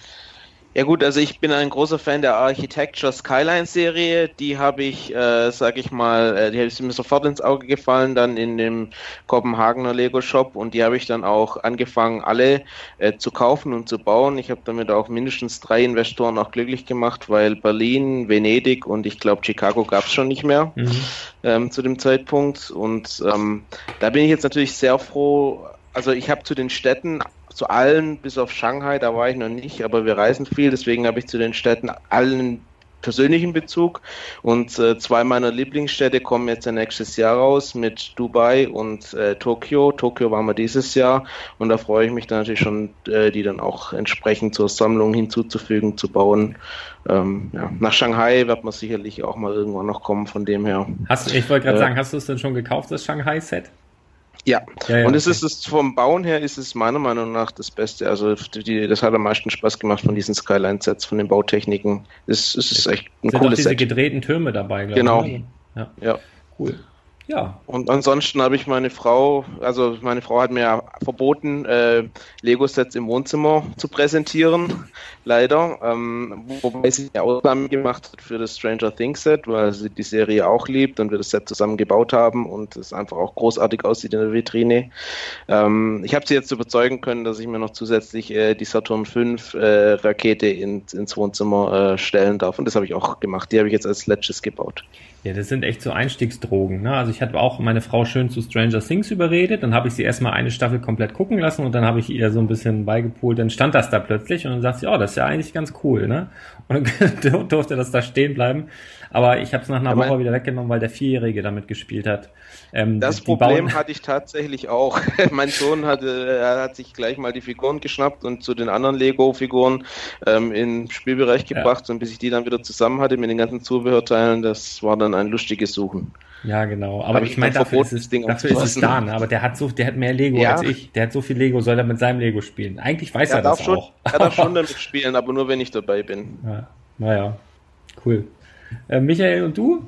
Ja gut, also ich bin ein großer Fan der Architecture Skyline Serie. Die habe ich, äh, sag ich mal, äh, die ist mir sofort ins Auge gefallen, dann in dem Kopenhagener Lego Shop, und die habe ich dann auch angefangen, alle äh, zu kaufen und zu bauen. Ich habe damit auch mindestens drei Investoren auch glücklich gemacht, weil Berlin, Venedig und ich glaube Chicago gab es schon nicht mehr mhm. ähm, zu dem Zeitpunkt. Und ähm, da bin ich jetzt natürlich sehr froh. Also ich habe zu den Städten, zu allen, bis auf Shanghai, da war ich noch nicht, aber wir reisen viel, deswegen habe ich zu den Städten allen persönlichen Bezug, und äh, zwei meiner Lieblingsstädte kommen jetzt ein nächstes Jahr raus mit Dubai und äh, Tokio. Tokio waren wir dieses Jahr, und da freue ich mich dann natürlich schon, äh, die dann auch entsprechend zur Sammlung hinzuzufügen, zu bauen. Ähm, ja. Nach Shanghai wird man sicherlich auch mal irgendwann noch kommen, von dem her. Hast, ich wollte gerade äh, sagen, hast du es denn schon gekauft, das Shanghai-Set? Ja, ja, ja, und es okay. ist es vom Bauen her ist es meiner Meinung nach das Beste. Also die, das hat am meisten Spaß gemacht von diesen Skyline-Sets, von den Bautechniken. Es, es ist echt ein sind cooles auch diese Set. gedrehten Türme dabei, glaube genau. ich. Ja. ja. Cool. Ja. Und ansonsten habe ich meine Frau, also meine Frau hat mir verboten, äh, Lego-Sets im Wohnzimmer zu präsentieren, leider. Ähm, wobei sie eine Ausnahme gemacht hat für das Stranger Things Set, weil sie die Serie auch liebt und wir das Set zusammen gebaut haben und es einfach auch großartig aussieht in der Vitrine. Ähm, ich habe sie jetzt überzeugen können, dass ich mir noch zusätzlich äh, die Saturn fünf äh, Rakete in, ins Wohnzimmer äh, stellen darf, und das habe ich auch gemacht. Die habe ich jetzt als letztes gebaut. Ja, das sind echt so Einstiegsdrogen. Ne? Also ich hatte auch meine Frau schön zu Stranger Things überredet, dann habe ich sie erstmal eine Staffel komplett gucken lassen und dann habe ich ihr so ein bisschen beigepult, dann stand das da plötzlich und dann sagt sie, oh, das ist ja eigentlich ganz cool, ne? Und dann durfte das da stehen bleiben. Aber ich habe es nach einer Woche wieder weggenommen, weil der Vierjährige damit gespielt hat. Ähm, das die Problem bauen... hatte ich tatsächlich auch. Mein Sohn hatte, er hat sich gleich mal die Figuren geschnappt und zu den anderen Lego-Figuren ähm, in den Spielbereich gebracht. Ja. Und bis ich die dann wieder zusammen hatte mit den ganzen Zubehörteilen, das war dann ein lustiges Suchen. Ja, genau. Aber ich meine, dafür, ist es, dafür ist es da, ne? Aber der hat so, der hat mehr Lego ja. als ich. Der hat so viel Lego, soll er mit seinem Lego spielen. Eigentlich weiß er, er das schon, auch. Er darf schon damit spielen, aber nur wenn ich dabei bin. Ja. Naja, cool. Äh, Michael, und du?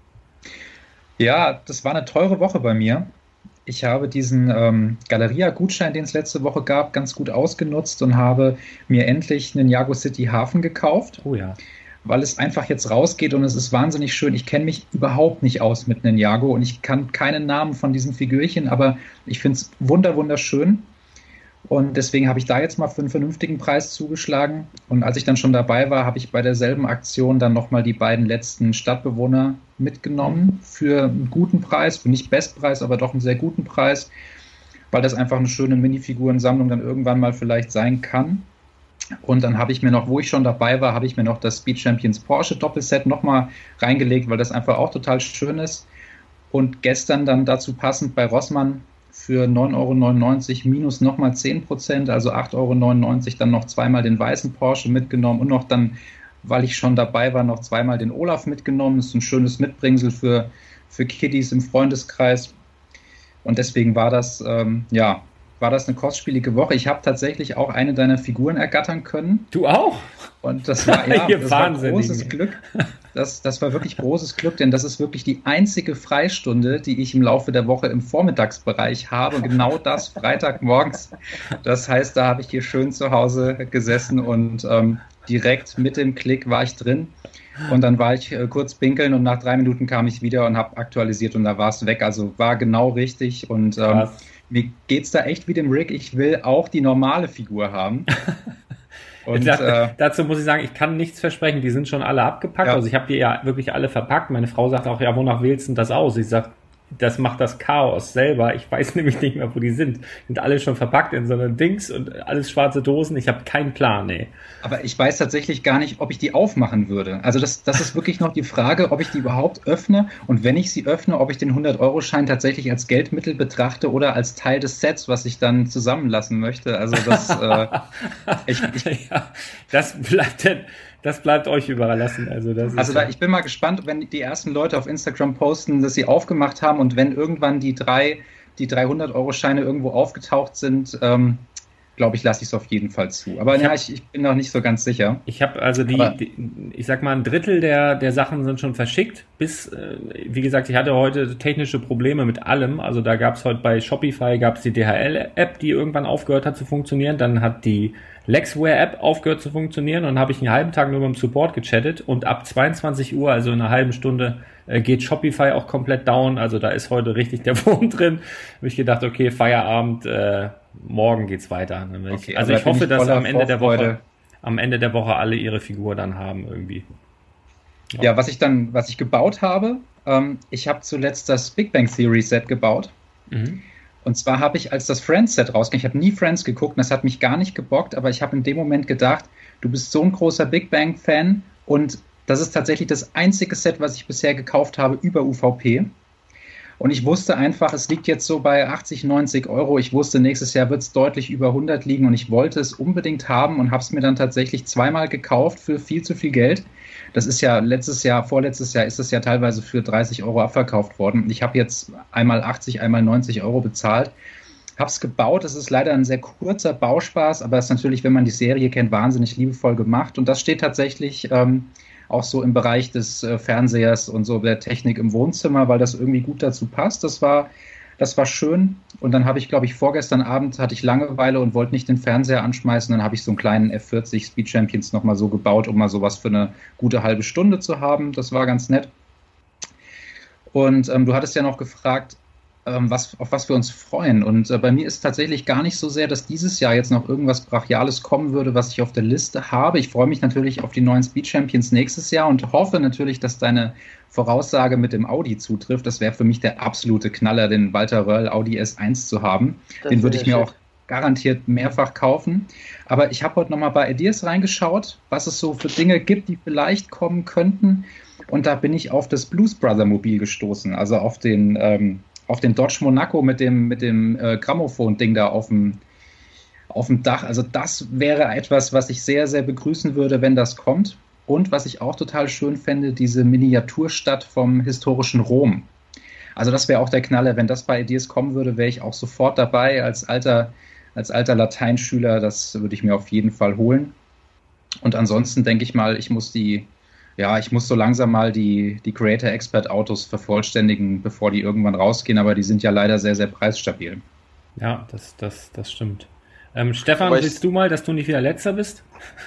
Ja, das war eine teure Woche bei mir. Ich habe diesen ähm, Galeria-Gutschein, den es letzte Woche gab, ganz gut ausgenutzt und habe mir endlich einen Ninjago City Hafen gekauft. Oh ja. Weil es einfach jetzt rausgeht und es ist wahnsinnig schön. Ich kenne mich überhaupt nicht aus mit Ninjago und ich kann keinen Namen von diesen Figürchen, aber ich finde es wunder, wunderschön. Und deswegen habe ich da jetzt mal für einen vernünftigen Preis zugeschlagen. Und als ich dann schon dabei war, habe ich bei derselben Aktion dann nochmal die beiden letzten Stadtbewohner mitgenommen für einen guten Preis, für nicht Bestpreis, aber doch einen sehr guten Preis, weil das einfach eine schöne Minifigurensammlung dann irgendwann mal vielleicht sein kann. Und dann habe ich mir noch, wo ich schon dabei war, habe ich mir noch das Speed Champions Porsche Doppelset nochmal reingelegt, weil das einfach auch total schön ist. Und gestern dann dazu passend bei Rossmann für neun Euro neunundneunzig minus nochmal zehn Prozent, also acht Euro neunundneunzig, dann noch zweimal den weißen Porsche mitgenommen und noch dann, weil ich schon dabei war, noch zweimal den Olaf mitgenommen. Das ist ein schönes Mitbringsel für, für Kiddies im Freundeskreis. Und deswegen war das, ähm, ja, war das eine kostspielige Woche. Ich habe tatsächlich auch eine deiner Figuren ergattern können. Du auch? Und das war, ja, das war großes Glück. Das, das war wirklich großes Glück, denn das ist wirklich die einzige Freistunde, die ich im Laufe der Woche im Vormittagsbereich habe. Genau das, Freitagmorgens. Das heißt, da habe ich hier schön zu Hause gesessen und ähm, direkt mit dem Klick war ich drin. Und dann war ich äh, kurz pinkeln und nach drei Minuten kam ich wieder und habe aktualisiert und da war es weg. Also war genau richtig und ähm, mir geht's da echt wie dem Rick. Ich will auch die normale Figur haben. Und, dachte, äh, dazu muss ich sagen, ich kann nichts versprechen. Die sind schon alle abgepackt. Ja. Also ich habe die ja wirklich alle verpackt. Meine Frau sagt auch, ja, wonach wählst du das aus? Ich sage, das macht das Chaos selber. Ich weiß nämlich nicht mehr, wo die sind. Sind alle schon verpackt in so einem Dings und alles schwarze Dosen. Ich habe keinen Plan, nee. Aber ich weiß tatsächlich gar nicht, ob ich die aufmachen würde. Also das, das ist wirklich noch die Frage, ob ich die überhaupt öffne und wenn ich sie öffne, ob ich den hundert-Euro-Schein tatsächlich als Geldmittel betrachte oder als Teil des Sets, was ich dann zusammenlassen möchte. Also das, äh, ich, ich ja, das bleibt denn... Das bleibt euch überlassen. Also, das also ist da, ich bin mal gespannt, wenn die ersten Leute auf Instagram posten, dass sie aufgemacht haben und wenn irgendwann die drei, die dreihundert-Euro-Scheine irgendwo aufgetaucht sind, ähm, glaube ich, lasse ich es auf jeden Fall zu. Aber Ich ja, hab- ich, ich bin noch nicht so ganz sicher. Ich habe also die, Aber- die, ich sag mal, ein Drittel der, der Sachen sind schon verschickt. Bis, äh, wie gesagt, ich hatte heute technische Probleme mit allem. Also da gab es heute bei Shopify gab es die D H L-App, die irgendwann aufgehört hat zu funktionieren. Dann hat die Lexware-App aufgehört zu funktionieren und habe ich einen halben Tag nur mit dem Support gechattet. Und ab zweiundzwanzig Uhr, also in einer halben Stunde, äh, geht Shopify auch komplett down. Also da ist heute richtig der Wurm drin. Habe ich gedacht, okay, Feierabend, äh, morgen geht's weiter. Okay, also aber ich bin hoffe, ich dass voller am Ende der Woche Vorfreude. am Ende der Woche alle ihre Figur dann haben irgendwie. Ja, was ich dann, was ich gebaut habe, ähm, ich habe zuletzt das Big Bang Theory Set gebaut. Mhm. Und zwar habe ich, als das Friends-Set rauskam, ich habe nie Friends geguckt und das hat mich gar nicht gebockt, aber ich habe in dem Moment gedacht, du bist so ein großer Big Bang-Fan und das ist tatsächlich das einzige Set, was ich bisher gekauft habe über U V P. Und ich wusste einfach, es liegt jetzt so bei achtzig, neunzig Euro. Ich wusste, nächstes Jahr wird es deutlich über hundert liegen und ich wollte es unbedingt haben und habe es mir dann tatsächlich zweimal gekauft für viel zu viel Geld. Das ist ja letztes Jahr, vorletztes Jahr ist es ja teilweise für dreißig Euro abverkauft worden. Ich habe jetzt einmal achtzig, einmal neunzig Euro bezahlt. Habe es gebaut. Es ist leider ein sehr kurzer Bauspaß, aber es ist natürlich, wenn man die Serie kennt, wahnsinnig liebevoll gemacht. Und das steht tatsächlich ähm, auch so im Bereich des äh, Fernsehers und so der Technik im Wohnzimmer, weil das irgendwie gut dazu passt. Das war, das war schön. Und dann habe ich, glaube ich, vorgestern Abend hatte ich Langeweile und wollte nicht den Fernseher anschmeißen. Dann habe ich so einen kleinen F vierzig Speed Champions nochmal so gebaut, um mal sowas für eine gute halbe Stunde zu haben. Das war ganz nett. Und ähm, du hattest ja noch gefragt, ähm, was, auf was wir uns freuen. Und äh, bei mir ist tatsächlich gar nicht so sehr, dass dieses Jahr jetzt noch irgendwas Brachiales kommen würde, was ich auf der Liste habe. Ich freue mich natürlich auf die neuen Speed Champions nächstes Jahr und hoffe natürlich, dass deine Voraussage mit dem Audi zutrifft. Das wäre für mich der absolute Knaller, den Walter Röhrl Audi S eins zu haben. Das Den würde wär ich mir shit. auch garantiert mehrfach kaufen. Aber ich habe heute nochmal bei Ideas reingeschaut, was es so für Dinge gibt, die vielleicht kommen könnten. Und da bin ich auf das Blues Brother Mobil gestoßen, also auf den, ähm, auf den Dodge Monaco mit dem, mit dem äh, Grammophon-Ding da auf dem, auf dem Dach. Also das wäre etwas, was ich sehr, sehr begrüßen würde, wenn das kommt. Und was ich auch total schön fände, diese Miniaturstadt vom historischen Rom. Also das wäre auch der Knaller. Wenn das bei Ideas kommen würde, wäre ich auch sofort dabei als alter, als alter Lateinschüler. Das würde ich mir auf jeden Fall holen. Und ansonsten denke ich mal, ich muss die, ja, ich muss so langsam mal die, die Creator Expert Autos vervollständigen, bevor die irgendwann rausgehen. Aber die sind ja leider sehr, sehr preisstabil. Ja, das, das, das stimmt. Ähm, Stefan, Aber ich- willst du mal, dass du nicht wieder Letzter bist?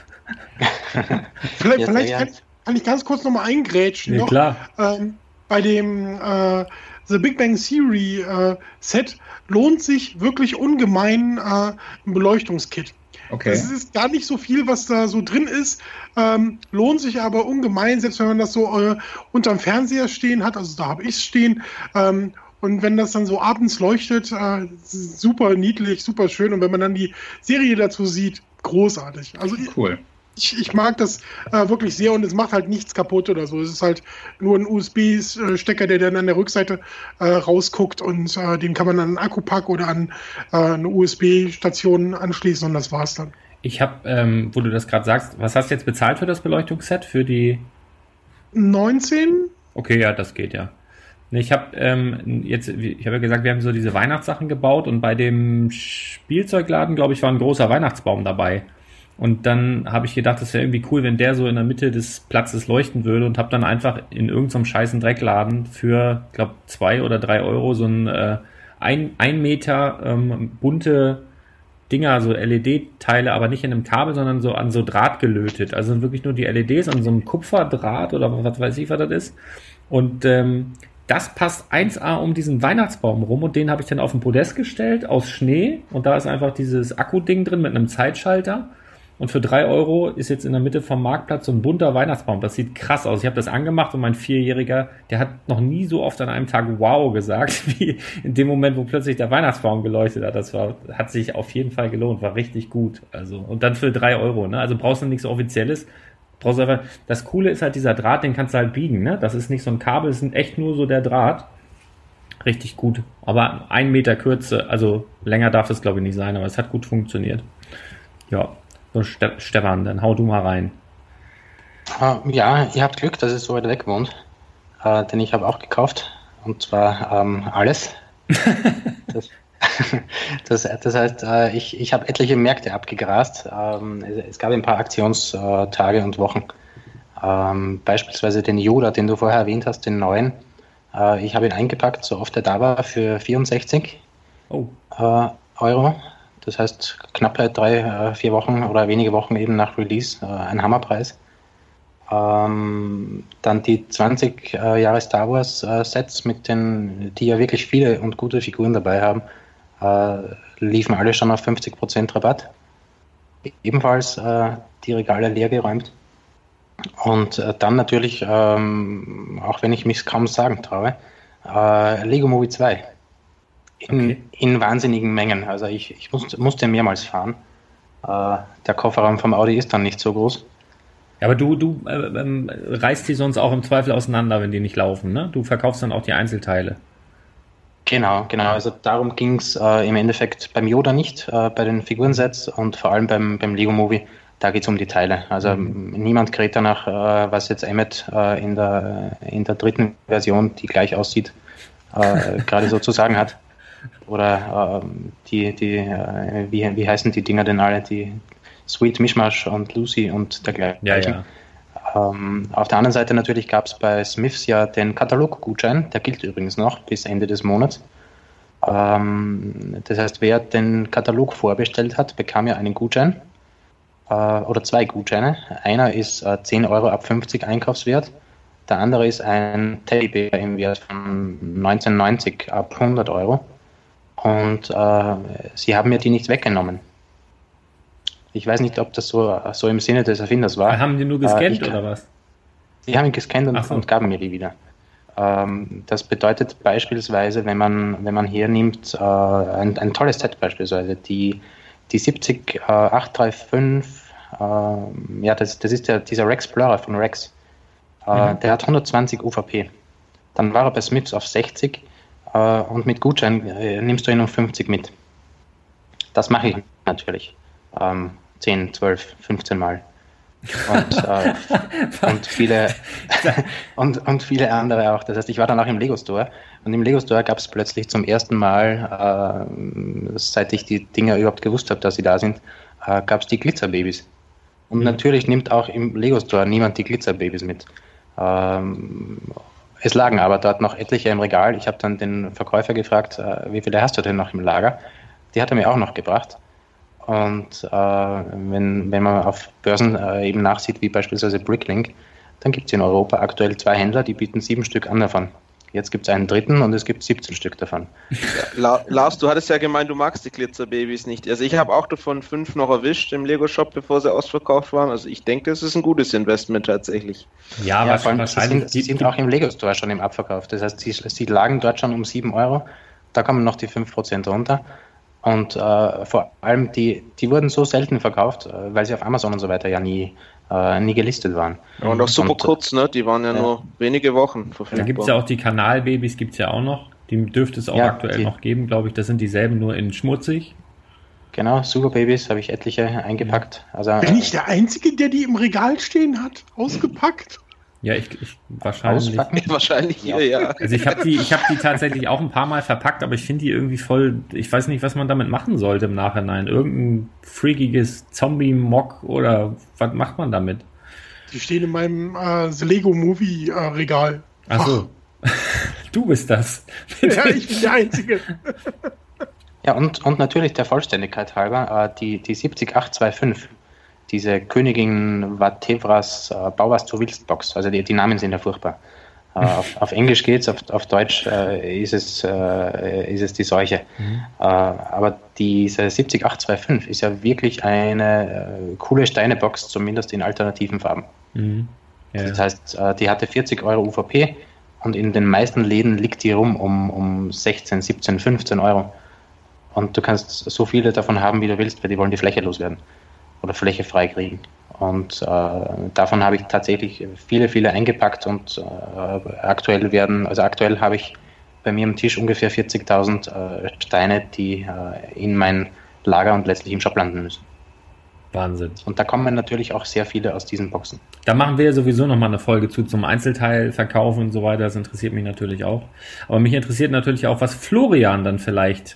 Vielleicht, Ja, vielleicht sehr kann, kann ich ganz kurz nochmal eingrätschen. Ja, noch. klar. Ähm, bei dem äh, The Big Bang Theory äh, Set lohnt sich wirklich ungemein äh, ein Beleuchtungskit. Okay. Es ist gar nicht so viel, was da so drin ist, ähm, lohnt sich aber ungemein, selbst wenn man das so äh, unterm Fernseher stehen hat, also da habe ich es stehen, ähm, und wenn das dann so abends leuchtet, äh, super niedlich, super schön, und wenn man dann die Serie dazu sieht, großartig. Also Cool. ich, ich mag das äh, wirklich sehr und es macht halt nichts kaputt oder so. Es ist halt nur ein U S B-Stecker, der dann an der Rückseite äh, rausguckt und äh, den kann man an einen Akkupack oder an äh, eine U S B-Station anschließen und das war's dann. Ich habe, ähm, wo du das gerade sagst, was hast du jetzt bezahlt für das Beleuchtungsset? Für die. neunzehn? Okay, ja, das geht ja. Nee, Ich habe ähm, jetzt, ich habe ja gesagt, wir haben so diese Weihnachtssachen gebaut und bei dem Spielzeugladen, glaube ich, war ein großer Weihnachtsbaum dabei. Und dann habe ich gedacht, das wäre irgendwie cool, wenn der so in der Mitte des Platzes leuchten würde und habe dann einfach in irgendeinem scheißen Dreckladen für, glaube zwei oder drei Euro so ein äh, ein, ein Meter ähm, bunte Dinger, so L E D-Teile, aber nicht in einem Kabel, sondern so an so Draht gelötet. Also wirklich nur die L E Ds an so einem Kupferdraht oder was weiß ich, was das ist. Und ähm, das passt eins A um diesen Weihnachtsbaum rum und den habe ich dann auf den Podest gestellt aus Schnee und da ist einfach dieses Akku-Ding drin mit einem Zeitschalter. Und für drei Euro ist jetzt in der Mitte vom Marktplatz so ein bunter Weihnachtsbaum. Das sieht krass aus. Ich habe das angemacht und mein Vierjähriger, der hat noch nie so oft an einem Tag wow gesagt, wie in dem Moment, wo plötzlich der Weihnachtsbaum geleuchtet hat. Das war, hat sich auf jeden Fall gelohnt, war richtig gut. Also, und dann für drei Euro, ne? Also brauchst du nichts Offizielles. Brauchst einfach, das Coole ist halt dieser Draht, den kannst du halt biegen, ne? Das ist nicht so ein Kabel, es ist echt nur so der Draht. Richtig gut. Aber ein Meter Kürze, also länger darf es glaube ich nicht sein, aber es hat gut funktioniert. Ja. So, Ste- Stefan, dann hau du mal rein. Ah, ja, ihr habt Glück, dass ihr so weit weg wohnt. Äh, denn ich habe auch gekauft. Und zwar ähm, alles. Das, Das, das heißt, ich, ich habe etliche Märkte abgegrast. Es gab ein paar Aktionstage und Wochen. Beispielsweise den Yoda, den du vorher erwähnt hast, den neuen. Ich habe ihn eingepackt, so oft er da war, für vierundsechzig oh. Euro. Das heißt, knappe drei, vier Wochen oder wenige Wochen eben nach Release. Ein Hammerpreis. Ähm, dann die zwanzig äh, Jahre Star Wars äh, Sets, mit den, die ja wirklich viele und gute Figuren dabei haben, äh, liefen alle schon auf fünfzig Prozent Rabatt. Ebenfalls äh, die Regale leer geräumt. Und äh, dann natürlich, ähm, auch wenn ich mich kaum sagen traue, äh, Lego Movie zwei. In, okay. in wahnsinnigen Mengen. Also ich, ich musste, musste mehrmals fahren. Äh, der Kofferraum vom Audi ist dann nicht so groß. Ja, aber du, du äh, ähm, reißt die sonst auch im Zweifel auseinander, wenn die nicht laufen, ne? Du verkaufst dann auch die Einzelteile. Genau, genau. Also darum ging es äh, im Endeffekt beim Yoda nicht, äh, bei den Figurensets und vor allem beim, beim Lego Movie, da geht es um die Teile. Also mhm. niemand kräht danach, äh, was jetzt Emmet äh, in, der, in der dritten Version, die gleich aussieht, äh, gerade so zu sagen hat. Oder äh, die, die äh, wie, wie heißen die Dinger denn alle, die Sweet Mishmash und Lucy und dergleichen. Ja, ja. Ähm, auf der anderen Seite natürlich gab es bei Smiths ja den Katalog-Gutschein, der gilt übrigens noch bis Ende des Monats. Ähm, das heißt, wer den Katalog vorbestellt hat, bekam ja einen Gutschein äh, oder zwei Gutscheine. Einer ist äh, zehn Euro ab fünfzig Einkaufswert, der andere ist ein Teddybär im Wert von neunzehn neunzig ab hundert Euro. Und äh, sie haben mir die nicht weggenommen. Ich weiß nicht, ob das so, so im Sinne des Erfinders war. Haben die nur gescannt äh, oder was? Die haben ihn gescannt und, so. und gaben mir die wieder. Ähm, das bedeutet beispielsweise, wenn man, wenn man hier nimmt, äh, ein, ein tolles Set beispielsweise, die, die siebzig äh, acht drei fünf, äh, ja, das, das ist der, dieser Rex Explorer von Rex. Äh, mhm. Der hat hundertzwanzig U V P. Dann war er bei Smiths auf sechzig äh, und mit Gutschein äh, nimmst du ihn um fünfzig mit. Das mache ich natürlich. Ähm, zehn, zwölf, fünfzehn Mal. Und, äh, und, viele, und, und viele andere auch. Das heißt, ich war dann auch im Lego Store und im Lego Store gab es plötzlich zum ersten Mal, äh, seit ich die Dinger überhaupt gewusst habe, dass sie da sind, äh, gab es die Glitzerbabys. Und mhm. natürlich nimmt auch im Lego Store niemand die Glitzerbabys mit. Ähm, es lagen aber dort noch etliche im Regal. Ich habe dann den Verkäufer gefragt, äh, wie viele hast du denn noch im Lager? Die hat er mir auch noch gebracht. Und äh, wenn, wenn man auf Börsen äh, eben nachsieht, wie beispielsweise Bricklink, dann gibt es in Europa aktuell zwei Händler, die bieten sieben Stück an davon. Jetzt gibt es einen dritten und es gibt siebzehn Stück davon. Ja, Lars, du hattest ja gemeint, du magst die Glitzerbabys nicht. Also ich habe auch davon fünf noch erwischt im Lego-Shop, bevor sie ausverkauft waren. Also ich denke, es ist ein gutes Investment tatsächlich. Ja, ja, vor allem, sie sind, sie sind auch im Lego-Store schon im Abverkauf. Das heißt, sie, sie lagen dort schon um sieben Euro. Da kommen noch die fünf Prozent runter. Und äh, vor allem, die, die wurden so selten verkauft, äh, weil sie auf Amazon und so weiter ja nie, äh, nie gelistet waren. Ja, und auch super und, kurz, ne? Die waren ja, ja nur wenige Wochen verfügbar. Da gibt es ja auch die Kanalbabys, gibt es ja auch noch. Die dürfte es auch ja, aktuell die, noch geben, glaube ich. Das sind dieselben, nur in schmutzig. Genau, Super Babys habe ich etliche eingepackt. Also, Bin ich der Einzige, der die im Regal stehen hat? Ausgepackt? Ja, ich, ich wahrscheinlich. Wahrscheinlich hier, ja. Also ich habe die, ich habe die tatsächlich auch ein paar Mal verpackt, aber ich finde die irgendwie voll. Ich weiß nicht, was man damit machen sollte im Nachhinein. Irgendein freakiges Zombie-Mock oder was macht man damit? Die stehen in meinem äh, The Lego Movie äh, Regal. Ach so. Du bist das. Ja, ich bin der Einzige. Ja, und, und natürlich der Vollständigkeit halber, äh, die, die siebzig acht zwei fünf. Diese Königin Vatevras äh, Bau was du willst Box, also die, die Namen sind ja furchtbar. Äh, auf, auf Englisch geht's, auf, auf Deutsch äh, ist, es, äh, ist es die Seuche. Mhm. Äh, aber diese siebzig acht zwei fünf ist ja wirklich eine äh, coole Steinebox, zumindest in alternativen Farben. Mhm. Ja. Das heißt, äh, die hatte vierzig Euro U V P und in den meisten Läden liegt die rum um, um sechzehn, siebzehn, fünfzehn Euro. Und du kannst so viele davon haben, wie du willst, weil die wollen die Fläche loswerden. Oder Fläche freikriegen. Und äh, davon habe ich tatsächlich viele, viele eingepackt und äh, aktuell werden, also aktuell habe ich bei mir am Tisch ungefähr vierzigtausend äh, Steine, die äh, in mein Lager und letztlich im Shop landen müssen. Wahnsinn. Und da kommen natürlich auch sehr viele aus diesen Boxen. Da machen wir ja sowieso nochmal eine Folge zu zum Einzelteil verkaufen und so weiter. Das interessiert mich natürlich auch. Aber mich interessiert natürlich auch, was Florian dann vielleicht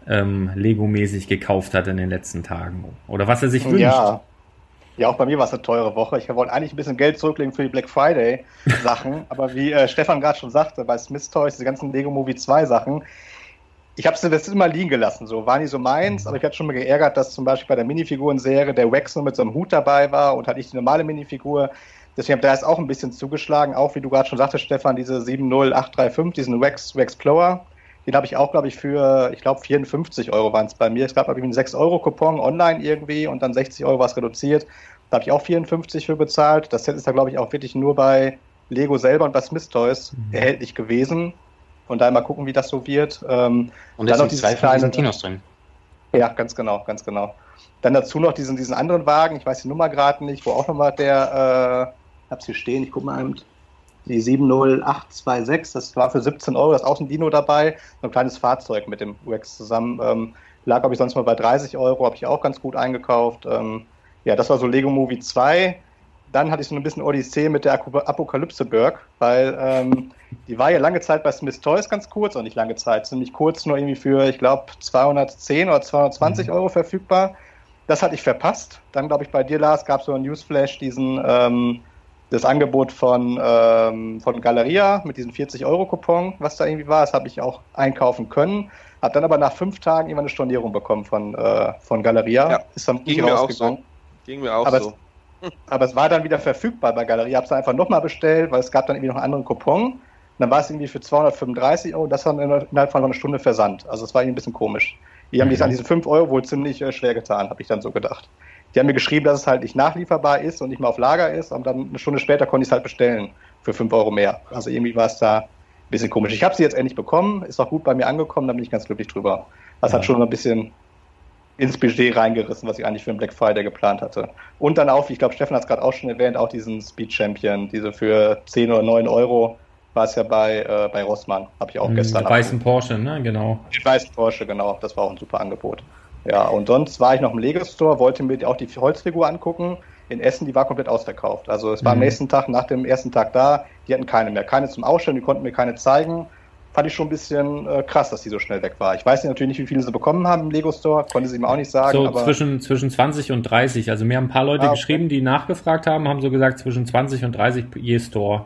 ähm, Lego-mäßig gekauft hat in den letzten Tagen. Oder was er sich wünscht. Ja. Ja, auch bei mir war es eine teure Woche. Ich wollte eigentlich ein bisschen Geld zurücklegen für die Black Friday-Sachen. Aber wie äh, Stefan gerade schon sagte, bei Smith Toys, diese ganzen Lego Movie zwei Sachen, ich habe es immer liegen gelassen. So war nicht so meins, aber ich hatte schon mal geärgert, dass zum Beispiel bei der Minifiguren-Serie der Wax nur mit so einem Hut dabei war und halt nicht die normale Minifigur. Deswegen habe ich da jetzt auch ein bisschen zugeschlagen. Auch wie du gerade schon sagtest, Stefan, diese sieben null acht drei fünf, diesen Wax, Wax Blower. Den habe ich auch, glaube ich, für, ich glaube, vierundfünfzig Euro waren es bei mir. Es gab, glaube ich, einen sechs Euro Coupon online irgendwie und dann sechzig Euro war es reduziert. Da habe ich auch vierundfünfzig für bezahlt. Das Set ist da, glaube ich, auch wirklich nur bei Lego selber und bei Smith Toys mhm. erhältlich gewesen. Von daher mal gucken, wie das so wird. Ähm, und es sind zwei von diesen Tinos drin. Ja, ganz genau, ganz genau. Dann dazu noch diesen, diesen anderen Wagen, ich weiß die Nummer gerade nicht, wo auch nochmal der, äh, ich hab's hier stehen, ich gucke mal eben, die sieben null acht zwei sechs, das war für siebzehn Euro, da ist auch ein Dino dabei, so ein kleines Fahrzeug mit dem Wax zusammen, ähm, lag, glaube ich, sonst mal bei dreißig Euro, habe ich auch ganz gut eingekauft. Ähm, ja, das war so Lego Movie zwei. Dann hatte ich so ein bisschen Odyssee mit der Apokalypse Burg, weil ähm, die war ja lange Zeit bei Smith Toys ganz kurz, auch nicht lange Zeit, ziemlich kurz, nur irgendwie für, ich glaube, zweihundertzehn oder zweihundertzwanzig mhm. Euro verfügbar. Das hatte ich verpasst. Dann, glaube ich, bei dir, Lars, gab es so ein Newsflash, diesen, ähm, das Angebot von, ähm, von Galeria mit diesem vierzig Euro Coupon, was da irgendwie war. Das habe ich auch einkaufen können. Habe dann aber nach fünf Tagen immer eine Stornierung bekommen von, äh, von Galeria. Ja, ist dann ging mir auch so. Ging mir auch aber so. Es, aber es war dann wieder verfügbar bei Galeria. Ich habe es dann einfach nochmal bestellt, weil es gab dann irgendwie noch einen anderen Coupon. Und dann war es irgendwie für zweihundertfünfunddreißig Euro. Das war innerhalb von einer Stunde Versand. Also es war irgendwie ein bisschen komisch. Die haben mhm. mich an diese fünf Euro wohl ziemlich äh, schwer getan, habe ich dann so gedacht. Die haben mir geschrieben, dass es halt nicht nachlieferbar ist und nicht mehr auf Lager ist, aber dann eine Stunde später konnte ich es halt bestellen für fünf Euro mehr. Also irgendwie war es da ein bisschen komisch. Ich habe sie jetzt endlich bekommen, ist auch gut bei mir angekommen, da bin ich ganz glücklich drüber. Das ja. hat schon ein bisschen ins Budget reingerissen, was ich eigentlich für den Black Friday geplant hatte. Und dann auch, wie ich glaube, Stefan hat es gerade auch schon erwähnt, auch diesen Speed Champion, diese für zehn oder neun Euro war es ja bei, äh, bei Rossmann, habe ich auch mhm, gestern. Den weißen Porsche, ne, genau. Den weißen Porsche, genau, das war auch ein super Angebot. Ja, und sonst war ich noch im Lego Store, wollte mir auch die Holzfigur angucken. In Essen, die war komplett ausverkauft. Also es war mhm. am nächsten Tag, nach dem ersten Tag da, die hatten keine mehr. Keine zum Ausstellen, die konnten mir keine zeigen. Fand ich schon ein bisschen äh, krass, dass die so schnell weg war. Ich weiß natürlich nicht, wie viele sie bekommen haben im Lego Store, konnte sie ihm auch nicht sagen. So aber zwischen, zwischen zwanzig und dreißig. Also mir haben ein paar Leute ah, okay. geschrieben, die nachgefragt haben, haben so gesagt zwischen zwanzig und dreißig je Store.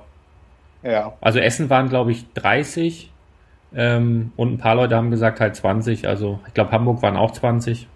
Ja. Also Essen waren, glaube ich, dreißig. Ähm, und ein paar Leute haben gesagt halt zwanzig, also ich glaube Hamburg waren auch zwanzig.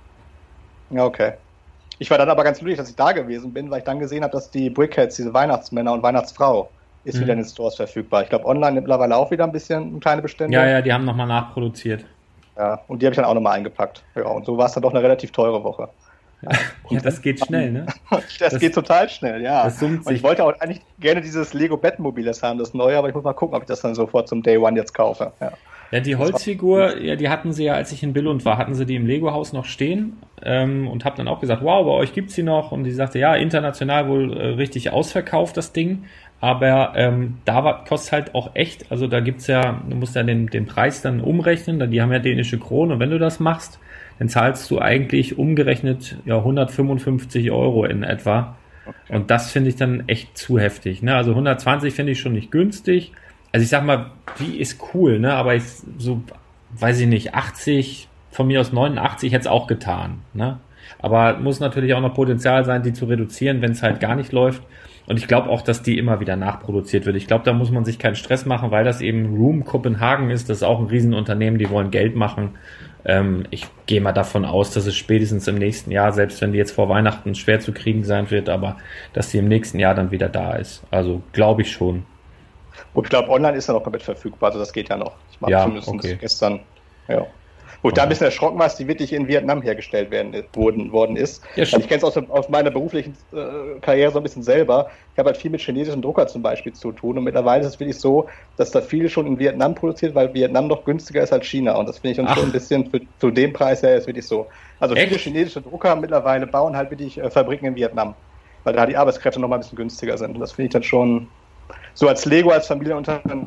Ja, okay. Ich war dann aber ganz glücklich, dass ich da gewesen bin, weil ich dann gesehen habe, dass die Brickheads, diese Weihnachtsmänner und Weihnachtsfrau, ist mhm. wieder in den Stores verfügbar. Ich glaube online mittlerweile auch wieder ein bisschen kleine Bestände. Ja, ja, die haben nochmal nachproduziert. Ja, und die habe ich dann auch nochmal eingepackt. Ja, und so war es dann doch eine relativ teure Woche. Ja, ja, das geht schnell, ne? das, das geht total schnell, ja. Und ich wollte auch eigentlich gerne dieses Lego Batmobiles haben, das neue, aber ich muss mal gucken, ob ich das dann sofort zum Day One jetzt kaufe. Ja, ja die Holzfigur, ja, die hatten sie ja, als ich in Billund war, hatten sie die im Lego-Haus noch stehen ähm, und habe dann auch gesagt, wow, bei euch gibt's sie noch. Und die sagte, ja, international wohl äh, richtig ausverkauft, das Ding. Aber ähm, da war, kostet halt auch echt, also da gibt's ja, du musst ja den, den Preis dann umrechnen, die haben ja dänische Kronen und wenn du das machst, dann zahlst du eigentlich umgerechnet ja hundertfünfundfünfzig Euro in etwa. Okay. Und das finde ich dann echt zu heftig. Ne? Also hundertzwanzig finde ich schon nicht günstig. Also ich sag mal, die ist cool, ne? Aber ich so, weiß ich nicht, achtzig, von mir aus neunundachtzig hätte es auch getan. Ne? Aber muss natürlich auch noch Potenzial sein, die zu reduzieren, wenn es halt gar nicht läuft. Und ich glaube auch, dass die immer wieder nachproduziert wird. Ich glaube, da muss man sich keinen Stress machen, weil das eben Room Kopenhagen ist. Das ist auch ein Riesenunternehmen, die wollen Geld machen. Ähm, ich gehe mal davon aus, dass es spätestens im nächsten Jahr, selbst wenn die jetzt vor Weihnachten schwer zu kriegen sein wird, aber dass die im nächsten Jahr dann wieder da ist. Also glaube ich schon. Gut, ich glaube, online ist ja noch komplett verfügbar, also das geht ja noch. Ich mache ja, zumindest okay. gestern, ja. Gut, da ein bisschen erschrocken war, dass die wirklich in Vietnam hergestellt werden, wurden, worden ist. Ja, also ich kenne es aus, aus meiner beruflichen äh, Karriere so ein bisschen selber. Ich habe halt viel mit chinesischen Drucker zum Beispiel zu tun und mittlerweile ist es wirklich so, dass da viel schon in Vietnam produziert, weil Vietnam noch günstiger ist als China und das finde ich dann Ach. schon ein bisschen für, zu dem Preis her ist wirklich so. Also Echt? Viele chinesische Drucker mittlerweile bauen halt wirklich äh, Fabriken in Vietnam, weil da die Arbeitskräfte noch mal ein bisschen günstiger sind und das finde ich dann schon so als Lego, als Familienunternehmen,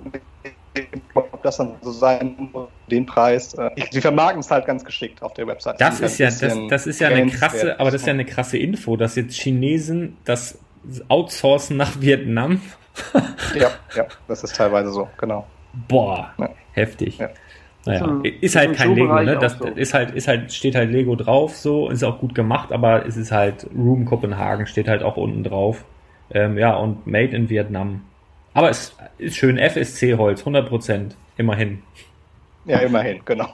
ob das dann so sein muss, den Preis. Äh, sie vermarkten es halt ganz geschickt auf der Website. Das ist ja, das, das ist ja eine krasse, aber das ist ja eine krasse Info, dass jetzt Chinesen das outsourcen nach Vietnam. ja, ja, das ist teilweise so, genau. Boah, ja. heftig. Ja. Naja, Ist im- ist halt ist im kein Lego, Schuhbereich ne? auch Das so. ist halt, ist halt, steht halt Lego drauf, so, ist auch gut gemacht, aber es ist halt Room Kopenhagen, steht halt auch unten drauf. Ähm, ja, und Made in Vietnam. Aber es ist schön, F S C-Holz, hundert Prozent, immerhin. Ja, immerhin, genau.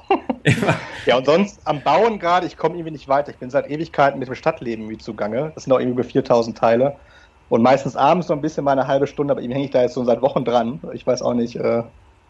Ja, und sonst am Bauen gerade, ich komme irgendwie nicht weiter. Ich bin seit Ewigkeiten mit dem Stadtleben irgendwie zugange. Das sind auch irgendwie über viertausend Teile. Und meistens abends so ein bisschen mal eine halbe Stunde, aber irgendwie hänge ich da jetzt so seit Wochen dran. Ich weiß auch nicht, äh,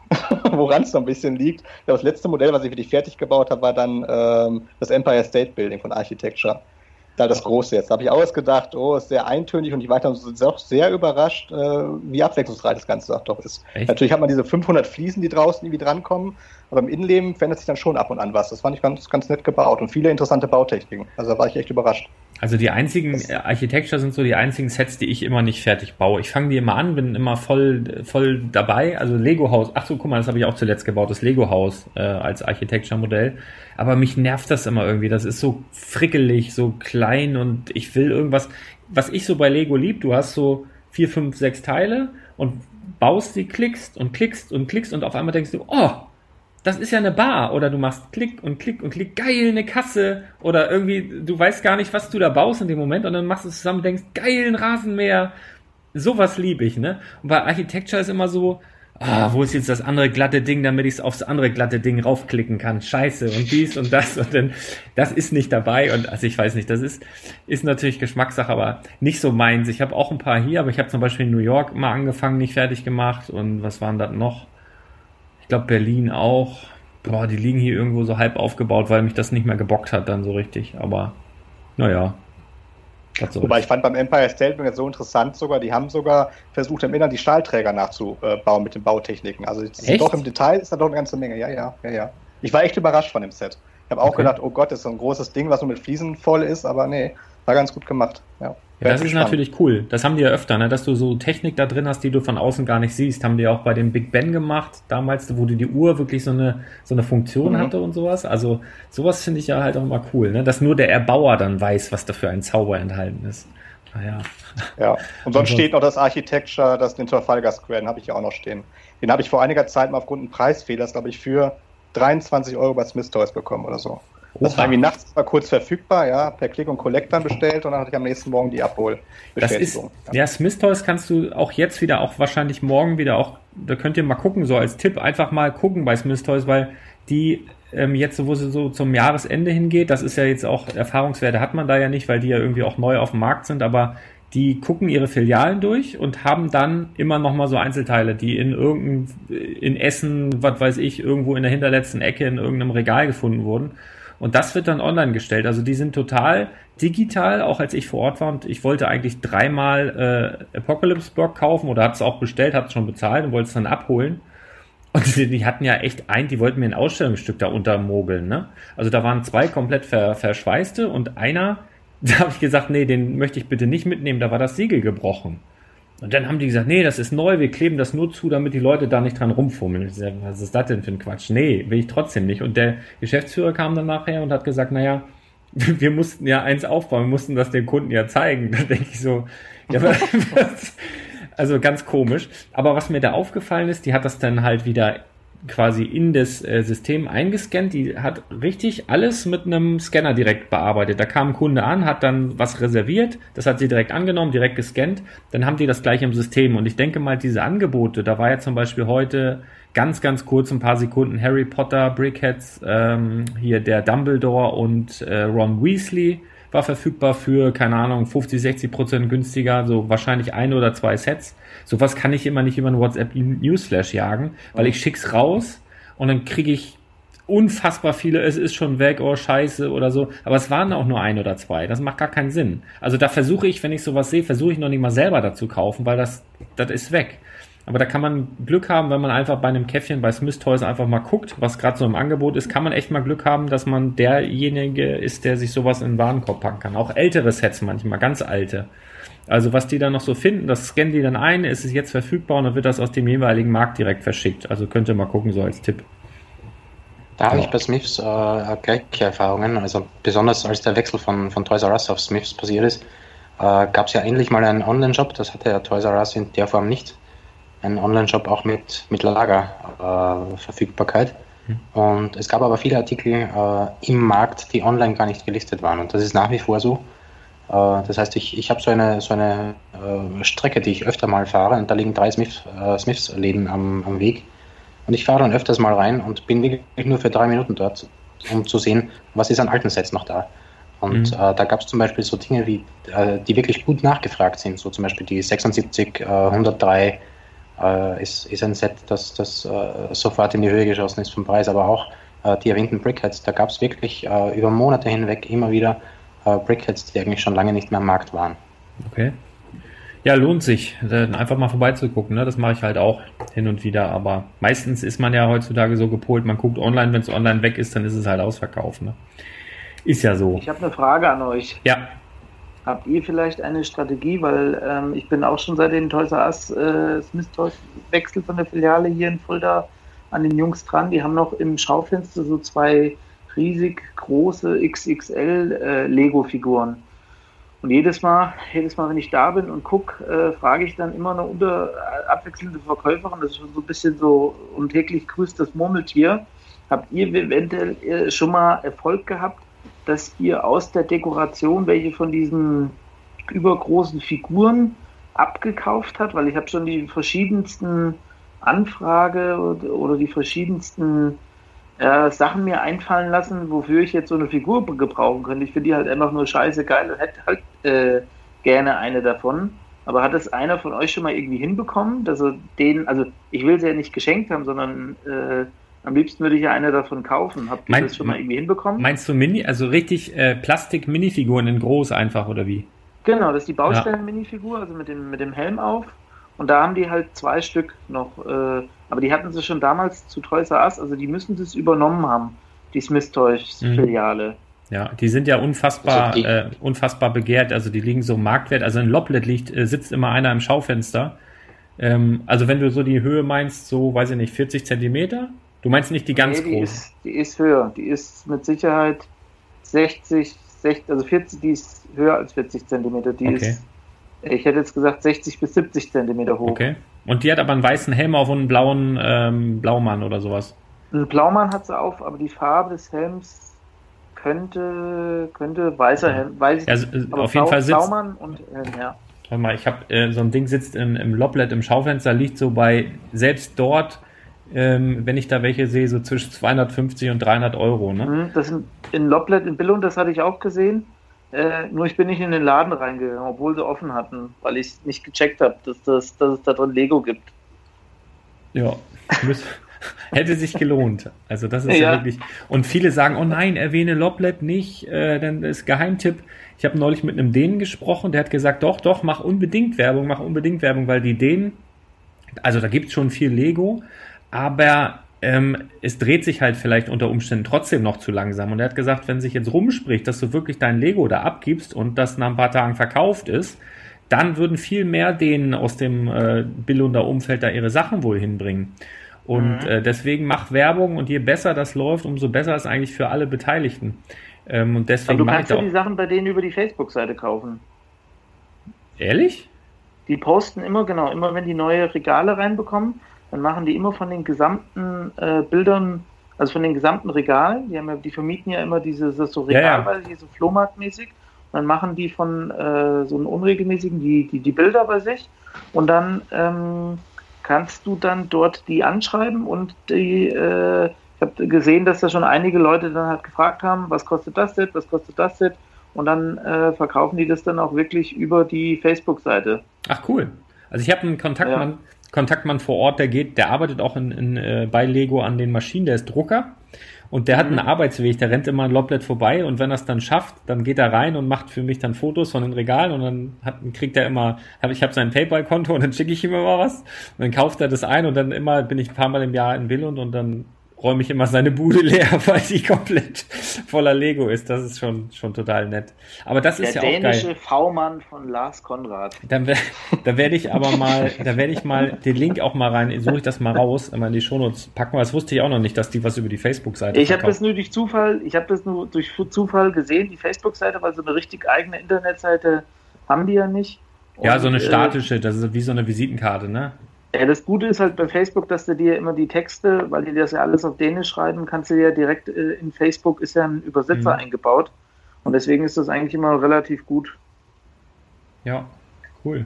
woran es so ein bisschen liegt. Ja, das letzte Modell, was ich wirklich fertig gebaut habe, war dann ähm, das Empire State Building von Architecture. Da das große jetzt. Da habe ich ausgedacht, oh, ist sehr eintönig und ich war dann doch sehr überrascht, äh, wie abwechslungsreich das Ganze auch doch ist. Echt? Natürlich hat man diese fünfhundert Fliesen, die draußen irgendwie drankommen, aber im Innenleben verändert sich dann schon ab und an was. Das fand ich ganz, ganz nett gebaut und viele interessante Bautechniken. Also da war ich echt überrascht. Also die einzigen, äh, Architecture sind so die einzigen Sets, die ich immer nicht fertig baue. Ich fange die immer an, bin immer voll voll dabei. Also Lego-Haus, ach so, guck mal, das habe ich auch zuletzt gebaut, das Lego-Haus äh, als Architecture-Modell. Aber mich nervt das immer irgendwie. Das ist so frickelig, so klein und ich will irgendwas, was ich so bei Lego lieb, du hast so vier, fünf, sechs Teile und baust die, klickst und klickst und klickst und auf einmal denkst du, oh, das ist ja eine Bar, oder du machst Klick und Klick und Klick, geil, eine Kasse, oder irgendwie, du weißt gar nicht, was du da baust in dem Moment, und dann machst du es zusammen und denkst, geil, ein Rasenmäher, sowas liebe ich, ne? Und bei Architecture ist immer so, ah, wo ist jetzt das andere glatte Ding, damit ich es aufs andere glatte Ding raufklicken kann, scheiße, und dies und das, und dann, das ist nicht dabei, und also ich weiß nicht, das ist, ist natürlich Geschmackssache, aber nicht so meins. Ich habe auch ein paar hier, aber ich habe zum Beispiel in New York mal angefangen, nicht fertig gemacht, und was waren das noch? Ich glaube Berlin auch. Boah, die liegen hier irgendwo so halb aufgebaut, weil mich das nicht mehr gebockt hat dann so richtig. Aber naja. Wobei ich fand beim Empire State Building jetzt so interessant sogar, die haben sogar versucht im Inneren die Stahlträger nachzubauen mit den Bautechniken. Also das ist doch im Detail ist da doch eine ganze Menge. Ja, ja, ja, ja. Ich war echt überrascht von dem Set. Ich habe auch okay. gedacht, oh Gott, das ist so ein großes Ding, was nur mit Fliesen voll ist, aber nee, war ganz gut gemacht. Ja. Ja, das ist spannend. Natürlich cool. Das haben die ja öfter, ne? Dass du so Technik da drin hast, die du von außen gar nicht siehst. Haben die ja auch bei dem Big Ben gemacht, damals, wo die Uhr wirklich so eine, so eine Funktion mhm. hatte und sowas. Also sowas finde ich ja halt auch immer cool, ne? Dass nur der Erbauer dann weiß, was da für ein Zauber enthalten ist. Naja. Ja, und sonst steht noch das Architecture, das den Trafalgar Square, den habe ich ja auch noch stehen. Den habe ich vor einiger Zeit mal aufgrund eines Preisfehlers, glaube ich, für dreiundzwanzig Euro bei Smith Toys bekommen oder so. Das war irgendwie nachts mal kurz verfügbar, ja, per Click und Collect dann bestellt und dann hatte ich am nächsten Morgen die Abholbestätigung. Das ist, ja, Smith Toys kannst du auch jetzt wieder, auch wahrscheinlich morgen wieder auch, da könnt ihr mal gucken, so als Tipp, einfach mal gucken bei Smith Toys, weil die ähm, jetzt, wo sie so zum Jahresende hingeht, das ist ja jetzt auch, Erfahrungswerte hat man da ja nicht, weil die ja irgendwie auch neu auf dem Markt sind, aber die gucken ihre Filialen durch und haben dann immer noch mal so Einzelteile, die in irgendein, in Essen, was weiß ich, irgendwo in der hinterletzten Ecke in irgendeinem Regal gefunden wurden. Und das wird dann online gestellt. Also die sind total digital, auch als ich vor Ort war. Und ich wollte eigentlich dreimal äh, Apocalypse Block kaufen oder habe es auch bestellt, habe es schon bezahlt und wollte es dann abholen. Und die, die hatten ja echt ein, die wollten mir ein Ausstellungsstück da untermogeln, ne? Also da waren zwei komplett ver, verschweißte und einer, da habe ich gesagt, nee, den möchte ich bitte nicht mitnehmen, da war das Siegel gebrochen. Und dann haben die gesagt, nee, das ist neu, wir kleben das nur zu, damit die Leute da nicht dran rumfummeln. Ich sag, was ist das denn für ein Quatsch? Nee, will ich trotzdem nicht. Und der Geschäftsführer kam dann nachher und hat gesagt, naja, wir mussten ja eins aufbauen, wir mussten das den Kunden ja zeigen. Da denke ich so, ja, was? Also ganz komisch. Aber was mir da aufgefallen ist, die hat das dann halt wieder quasi in das äh, System eingescannt. Die hat richtig alles mit einem Scanner direkt bearbeitet. Da kam ein Kunde an, hat dann was reserviert, das hat sie direkt angenommen, direkt gescannt, dann haben die das gleich im System. Und ich denke mal, diese Angebote, da war ja zum Beispiel heute ganz, ganz kurz, ein paar Sekunden Harry Potter, Brickheads, ähm, hier der Dumbledore und äh, Ron Weasley war verfügbar für, keine Ahnung, fünfzig, sechzig Prozent günstiger, so wahrscheinlich ein oder zwei Sets. Sowas kann ich immer nicht über einen WhatsApp-Newsflash jagen, weil ich schick's raus und dann kriege ich unfassbar viele, es ist schon weg, oh scheiße oder so, aber es waren auch nur ein oder zwei, das macht gar keinen Sinn. Also da versuche ich, wenn ich sowas sehe, versuche ich noch nicht mal selber dazu kaufen, weil das, das ist weg. Aber da kann man Glück haben, wenn man einfach bei einem Käffchen bei Smith Toys einfach mal guckt, was gerade so im Angebot ist, kann man echt mal Glück haben, dass man derjenige ist, der sich sowas in den Warenkorb packen kann. Auch ältere Sets manchmal, ganz alte. Also was die dann noch so finden, das scannen die dann ein, ist es jetzt verfügbar und dann wird das aus dem jeweiligen Markt direkt verschickt. Also könnt ihr mal gucken, so als Tipp. Da habe ich bei Smiths äh, gleiche Erfahrungen. Also besonders als der Wechsel von, von Toys R Us auf Smiths passiert ist, äh, gab es ja endlich mal einen Online-Shop. Das hatte ja Toys R Us in der Form nicht. Ein Online-Shop auch mit, mit Lagerverfügbarkeit. Äh, Mhm. Und es gab aber viele Artikel äh, im Markt, die online gar nicht gelistet waren. Und das ist nach wie vor so. Äh, das heißt, ich, ich habe so eine, so eine äh, Strecke, die ich öfter mal fahre. Und da liegen drei Smith, äh, Smiths-Läden am, am Weg. Und ich fahre dann öfters mal rein und bin wirklich nur für drei Minuten dort, um zu sehen, was ist an alten Sets noch da. Und mhm. äh, da gab es zum Beispiel so Dinge, wie, äh, die wirklich gut nachgefragt sind. So zum Beispiel die sechsundsiebzig hundertdrei äh, ist, ist ein Set, das, das äh, sofort in die Höhe geschossen ist vom Preis, aber auch äh, die erwähnten Brickheads. Da gab es wirklich äh, über Monate hinweg immer wieder äh, Brickheads, die eigentlich schon lange nicht mehr am Markt waren. Okay. Ja, lohnt sich, dann einfach mal vorbeizugucken. Ne? Das mache ich halt auch hin und wieder. Aber meistens ist man ja heutzutage so gepolt, man guckt online, wenn es online weg ist, dann ist es halt ausverkauft. Ne? Ist ja so. Ich habe eine Frage an euch. Ja. Habt ihr vielleicht eine Strategie, weil ähm, ich bin auch schon seit den Toys R Us äh, Smith Toys Wechsel von der Filiale hier in Fulda an den Jungs dran. Die haben noch im Schaufenster so zwei riesig große X X L äh, Lego-Figuren. Und jedes Mal, jedes Mal, wenn ich da bin und gucke, äh, frage ich dann immer eine unter, äh, abwechselnde Verkäuferin, das ist schon so ein bisschen so und täglich grüßt das Murmeltier. Habt ihr eventuell äh, schon mal Erfolg gehabt, dass ihr aus der Dekoration welche von diesen übergroßen Figuren abgekauft habt? Weil ich habe schon die verschiedensten Anfrage oder, oder die verschiedensten äh, Sachen mir einfallen lassen, wofür ich jetzt so eine Figur gebrauchen könnte. Ich finde die halt einfach nur scheiße geil und hätte halt äh, gerne eine davon. Aber hat es einer von euch schon mal irgendwie hinbekommen, dass er den, also ich will sie ja nicht geschenkt haben, sondern äh, am liebsten würde ich ja eine davon kaufen. Habt ihr Mein, das schon mal irgendwie hinbekommen? Meinst du Mini, also richtig äh, Plastik-Minifiguren in groß einfach, oder wie? Genau, das ist die Baustellen-Minifigur, also mit dem, mit dem Helm auf. Und da haben die halt zwei Stück noch. Äh, aber die hatten sie schon damals zu Toys R Us, also die müssen das übernommen haben, die Smith Toys Filiale. Mhm. Ja, die sind ja unfassbar, Also die- äh, unfassbar begehrt, also die liegen so im Marktwert. Also in Loblet liegt, äh, sitzt immer einer im Schaufenster. Ähm, also wenn du so die Höhe meinst, so, weiß ich nicht, vierzig Zentimeter? Du meinst nicht die ganz Nee, die großen? ist, die ist höher. Die ist mit Sicherheit sechzig, sechzig, also vierzig, die ist höher als vierzig Zentimeter. Die Okay. ist, ich hätte jetzt gesagt, sechzig bis siebzig Zentimeter hoch. Okay. Und die hat aber einen weißen Helm auf und einen blauen ähm, Blaumann oder sowas. Ein Blaumann hat sie auf, aber die Farbe des Helms könnte, könnte weißer Helm, weiß ich Ja, nicht. also, Aber auf jeden Blau, Fall sitzt- Blaumann und Helm, ja. Warte mal, ich habe äh, so ein Ding sitzt in, im Loblet im Schaufenster, liegt so bei, selbst dort, ähm, wenn ich da welche sehe, so zwischen zweihundertfünfzig und dreihundert Euro. Ne? Mhm, das sind in Loblet in Billund, das hatte ich auch gesehen. Äh, nur ich bin nicht in den Laden reingegangen, obwohl sie offen hatten, weil ich nicht gecheckt habe, dass, das, dass es da drin Lego gibt. Ja, müß, hätte sich gelohnt. Also das ist ja. Ja. wirklich. Und viele sagen, oh nein, erwähne Loblet nicht, äh, dann ist Geheimtipp. Ich habe neulich mit einem Dänen gesprochen, der hat gesagt, doch, doch, mach unbedingt Werbung, mach unbedingt Werbung, weil die Dänen, also da gibt's schon viel Lego, aber ähm, es dreht sich halt vielleicht unter Umständen trotzdem noch zu langsam. Und er hat gesagt, wenn sich jetzt rumspricht, dass du wirklich dein Lego da abgibst und das nach ein paar Tagen verkauft ist, dann würden viel mehr Dänen aus dem äh, Billunder Umfeld da ihre Sachen wohl hinbringen. Und Mhm. äh, deswegen mach Werbung und je besser das läuft, umso besser ist eigentlich für alle Beteiligten. Ähm, und Aber deswegen du mache ich kannst da ja auch. die Sachen bei denen über die Facebook-Seite kaufen. Ehrlich? Die posten immer, genau, immer wenn die neue Regale reinbekommen, dann machen die immer von den gesamten äh, Bildern, also von den gesamten Regalen, die, haben ja, die vermieten ja immer diese das so Ja, ja. Regalweise, hier so Flohmarktmäßig, und dann machen die von äh, so einen unregelmäßigen die, die, die Bilder bei sich und dann ähm, kannst du dann dort die anschreiben und die, äh, ich habe gesehen, dass da schon einige Leute dann halt gefragt haben, was kostet das Set, was kostet das Set, und dann äh, verkaufen die das dann auch wirklich über die Facebook-Seite. Ach cool. Also ich habe einen Kontaktmann, Ja. Kontaktmann vor Ort, der geht, der arbeitet auch in, in, äh, bei Lego an den Maschinen, der ist Drucker und der hat einen Arbeitsweg, der rennt immer an Loblet vorbei und wenn er es dann schafft, dann geht er rein und macht für mich dann Fotos von den Regalen und dann hat, kriegt er immer, hab, ich habe sein PayPal-Konto und dann schicke ich ihm immer was und dann kauft er das ein und dann immer bin ich ein paar Mal im Jahr in Billund und dann räume ich immer seine Bude leer, weil die komplett voller Lego ist. Das ist schon, schon total nett. Aber das ist Der ja auch dänische geil. V-Mann von Lars Konrad. Dann, wer- da werde ich aber mal, da werde ich mal den Link auch mal rein, suche ich das mal raus, immer in die Shownotes packen, weil das wusste ich auch noch nicht, dass die was über die Facebook-Seite Ich habe das verkaufen. nur durch Zufall, ich habe das nur durch Zufall gesehen, die Facebook-Seite, weil so eine richtig eigene Internetseite haben die ja nicht. Ja, Und, so eine äh, statische, das ist wie so eine Visitenkarte, ne? Ja, das Gute ist halt bei Facebook, dass du dir immer die Texte, weil die das ja alles auf Dänisch schreiben, kannst du ja direkt äh, in Facebook ist ja ein Übersetzer mhm. eingebaut. Und deswegen ist das eigentlich immer relativ gut. Ja, cool.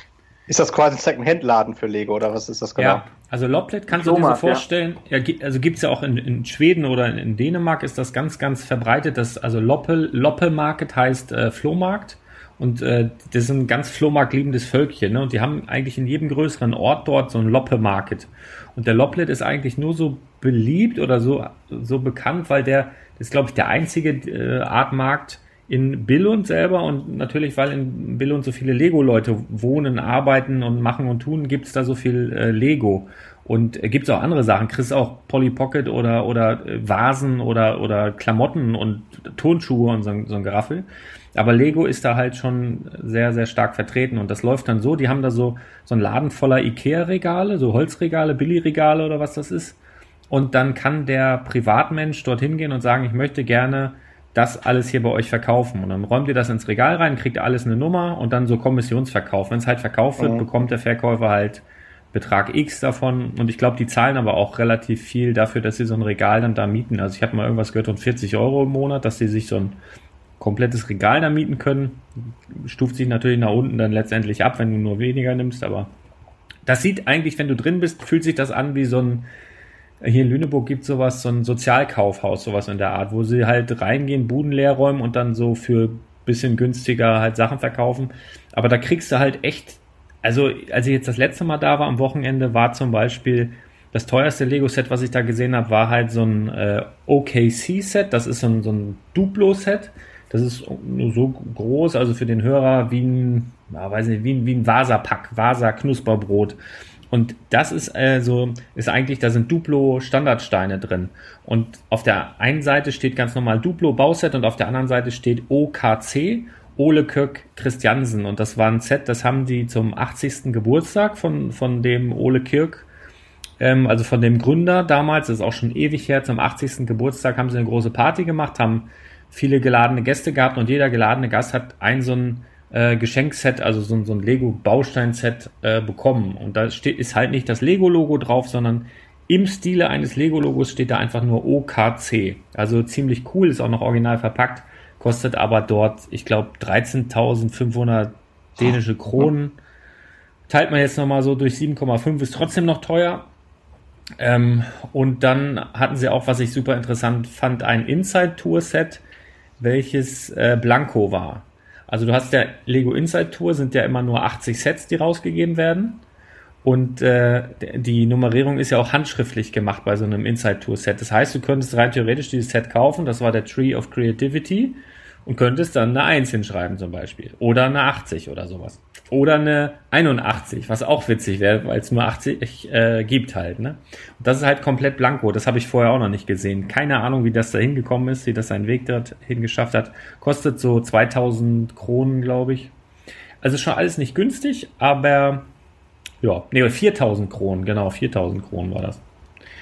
Ist das quasi ein Second-Hand-Laden für Lego oder was ist das genau? Ja, also Loplet kannst du dir so vorstellen, ja. Ja, also gibt es ja auch in, in Schweden oder in, in Dänemark ist das ganz, ganz verbreitet. Das, also Loppe, Loppe Market heißt äh, Flohmarkt und äh, das ist ein ganz Flohmarkt-liebendes Völkchen. Ne? Und die haben eigentlich in jedem größeren Ort dort so ein Loppe Market. Und der Loplet ist eigentlich nur so beliebt oder so, so bekannt, weil der, das ist glaube ich der einzige äh, Art Markt in Billund selber und natürlich, weil in Billund so viele Lego-Leute wohnen, arbeiten und machen und tun, gibt es da so viel äh, Lego. Und äh, gibt es auch andere Sachen, kriegst auch Polly Pocket oder oder äh, Vasen oder oder Klamotten und Turnschuhe und so, so ein Geraffel. Aber Lego ist da halt schon sehr, sehr stark vertreten und das läuft dann so, die haben da so, so einen Laden voller Ikea-Regale, so Holzregale, Billigregale oder was das ist. Und dann kann der Privatmensch dorthin gehen und sagen, ich möchte gerne das alles hier bei euch verkaufen. Und dann räumt ihr das ins Regal rein, kriegt alles eine Nummer und dann so Kommissionsverkauf. Wenn es halt verkauft wird, mhm. bekommt der Verkäufer halt Betrag X davon. Und ich glaube, die zahlen aber auch relativ viel dafür, dass sie so ein Regal dann da mieten. Also ich habe mal irgendwas gehört von vierzig Euro im Monat, dass sie sich so ein komplettes Regal da mieten können. Stuft sich natürlich nach unten dann letztendlich ab, wenn du nur weniger nimmst. Aber das sieht eigentlich, wenn du drin bist, fühlt sich das an wie so ein hier in Lüneburg gibt es sowas, so ein Sozialkaufhaus, sowas in der Art, wo sie halt reingehen, Buden leer räumen und dann so für bisschen günstiger halt Sachen verkaufen. Aber da kriegst du halt echt, also als ich jetzt das letzte Mal da war am Wochenende, war zum Beispiel das teuerste Lego-Set, was ich da gesehen habe, war halt so ein äh, O K C-Set, das ist so ein, so ein Duplo-Set. Das ist nur so groß, also für den Hörer wie ein, ja, weiß nicht, wie ein, wie ein Vasa-Pack, Vasa-Knusperbrot. Und das ist also, ist eigentlich, da sind Duplo-Standardsteine drin. Und auf der einen Seite steht ganz normal Duplo-Bauset und auf der anderen Seite steht O K C, Ole Kirk Christiansen. Und das war ein Set, das haben die zum achtzigsten Geburtstag von, von dem Ole Kirk, ähm, also von dem Gründer damals, das ist auch schon ewig her, zum achtzigsten Geburtstag haben sie eine große Party gemacht, haben viele geladene Gäste gehabt und jeder geladene Gast hat ein so ein Äh, Geschenkset, also so, so ein Lego-Baustein-Set äh, bekommen. Und da steht, ist halt nicht das Lego-Logo drauf, sondern im Stile eines Lego-Logos steht da einfach nur O K C. Also ziemlich cool, ist auch noch original verpackt, kostet aber dort, ich glaube, dreizehntausendfünfhundert dänische Kronen. Teilt man jetzt nochmal so durch sieben Komma fünf, ist trotzdem noch teuer. Ähm, und dann hatten sie auch, was ich super interessant fand, ein Inside-Tour-Set, welches äh, Blanko war. Also du hast ja Lego Inside Tour, sind ja immer nur achtzig Sets, die rausgegeben werden. Und äh, die Nummerierung ist ja auch handschriftlich gemacht bei so einem Inside Tour Set. Das heißt, du könntest rein theoretisch dieses Set kaufen, das war der Tree of Creativity, und könntest dann eine eins hinschreiben zum Beispiel. Oder eine achtzig oder sowas. Oder eine einundachtzig, was auch witzig wäre, weil es nur achtzig äh, gibt halt. Ne? Und das ist halt komplett blanko. Das habe ich vorher auch noch nicht gesehen. Keine Ahnung, wie das da hingekommen ist, wie das seinen Weg dorthin geschafft hat. Kostet so zweitausend Kronen, glaube ich. Also schon alles nicht günstig, aber ja, nee, viertausend Kronen, genau, viertausend Kronen war das.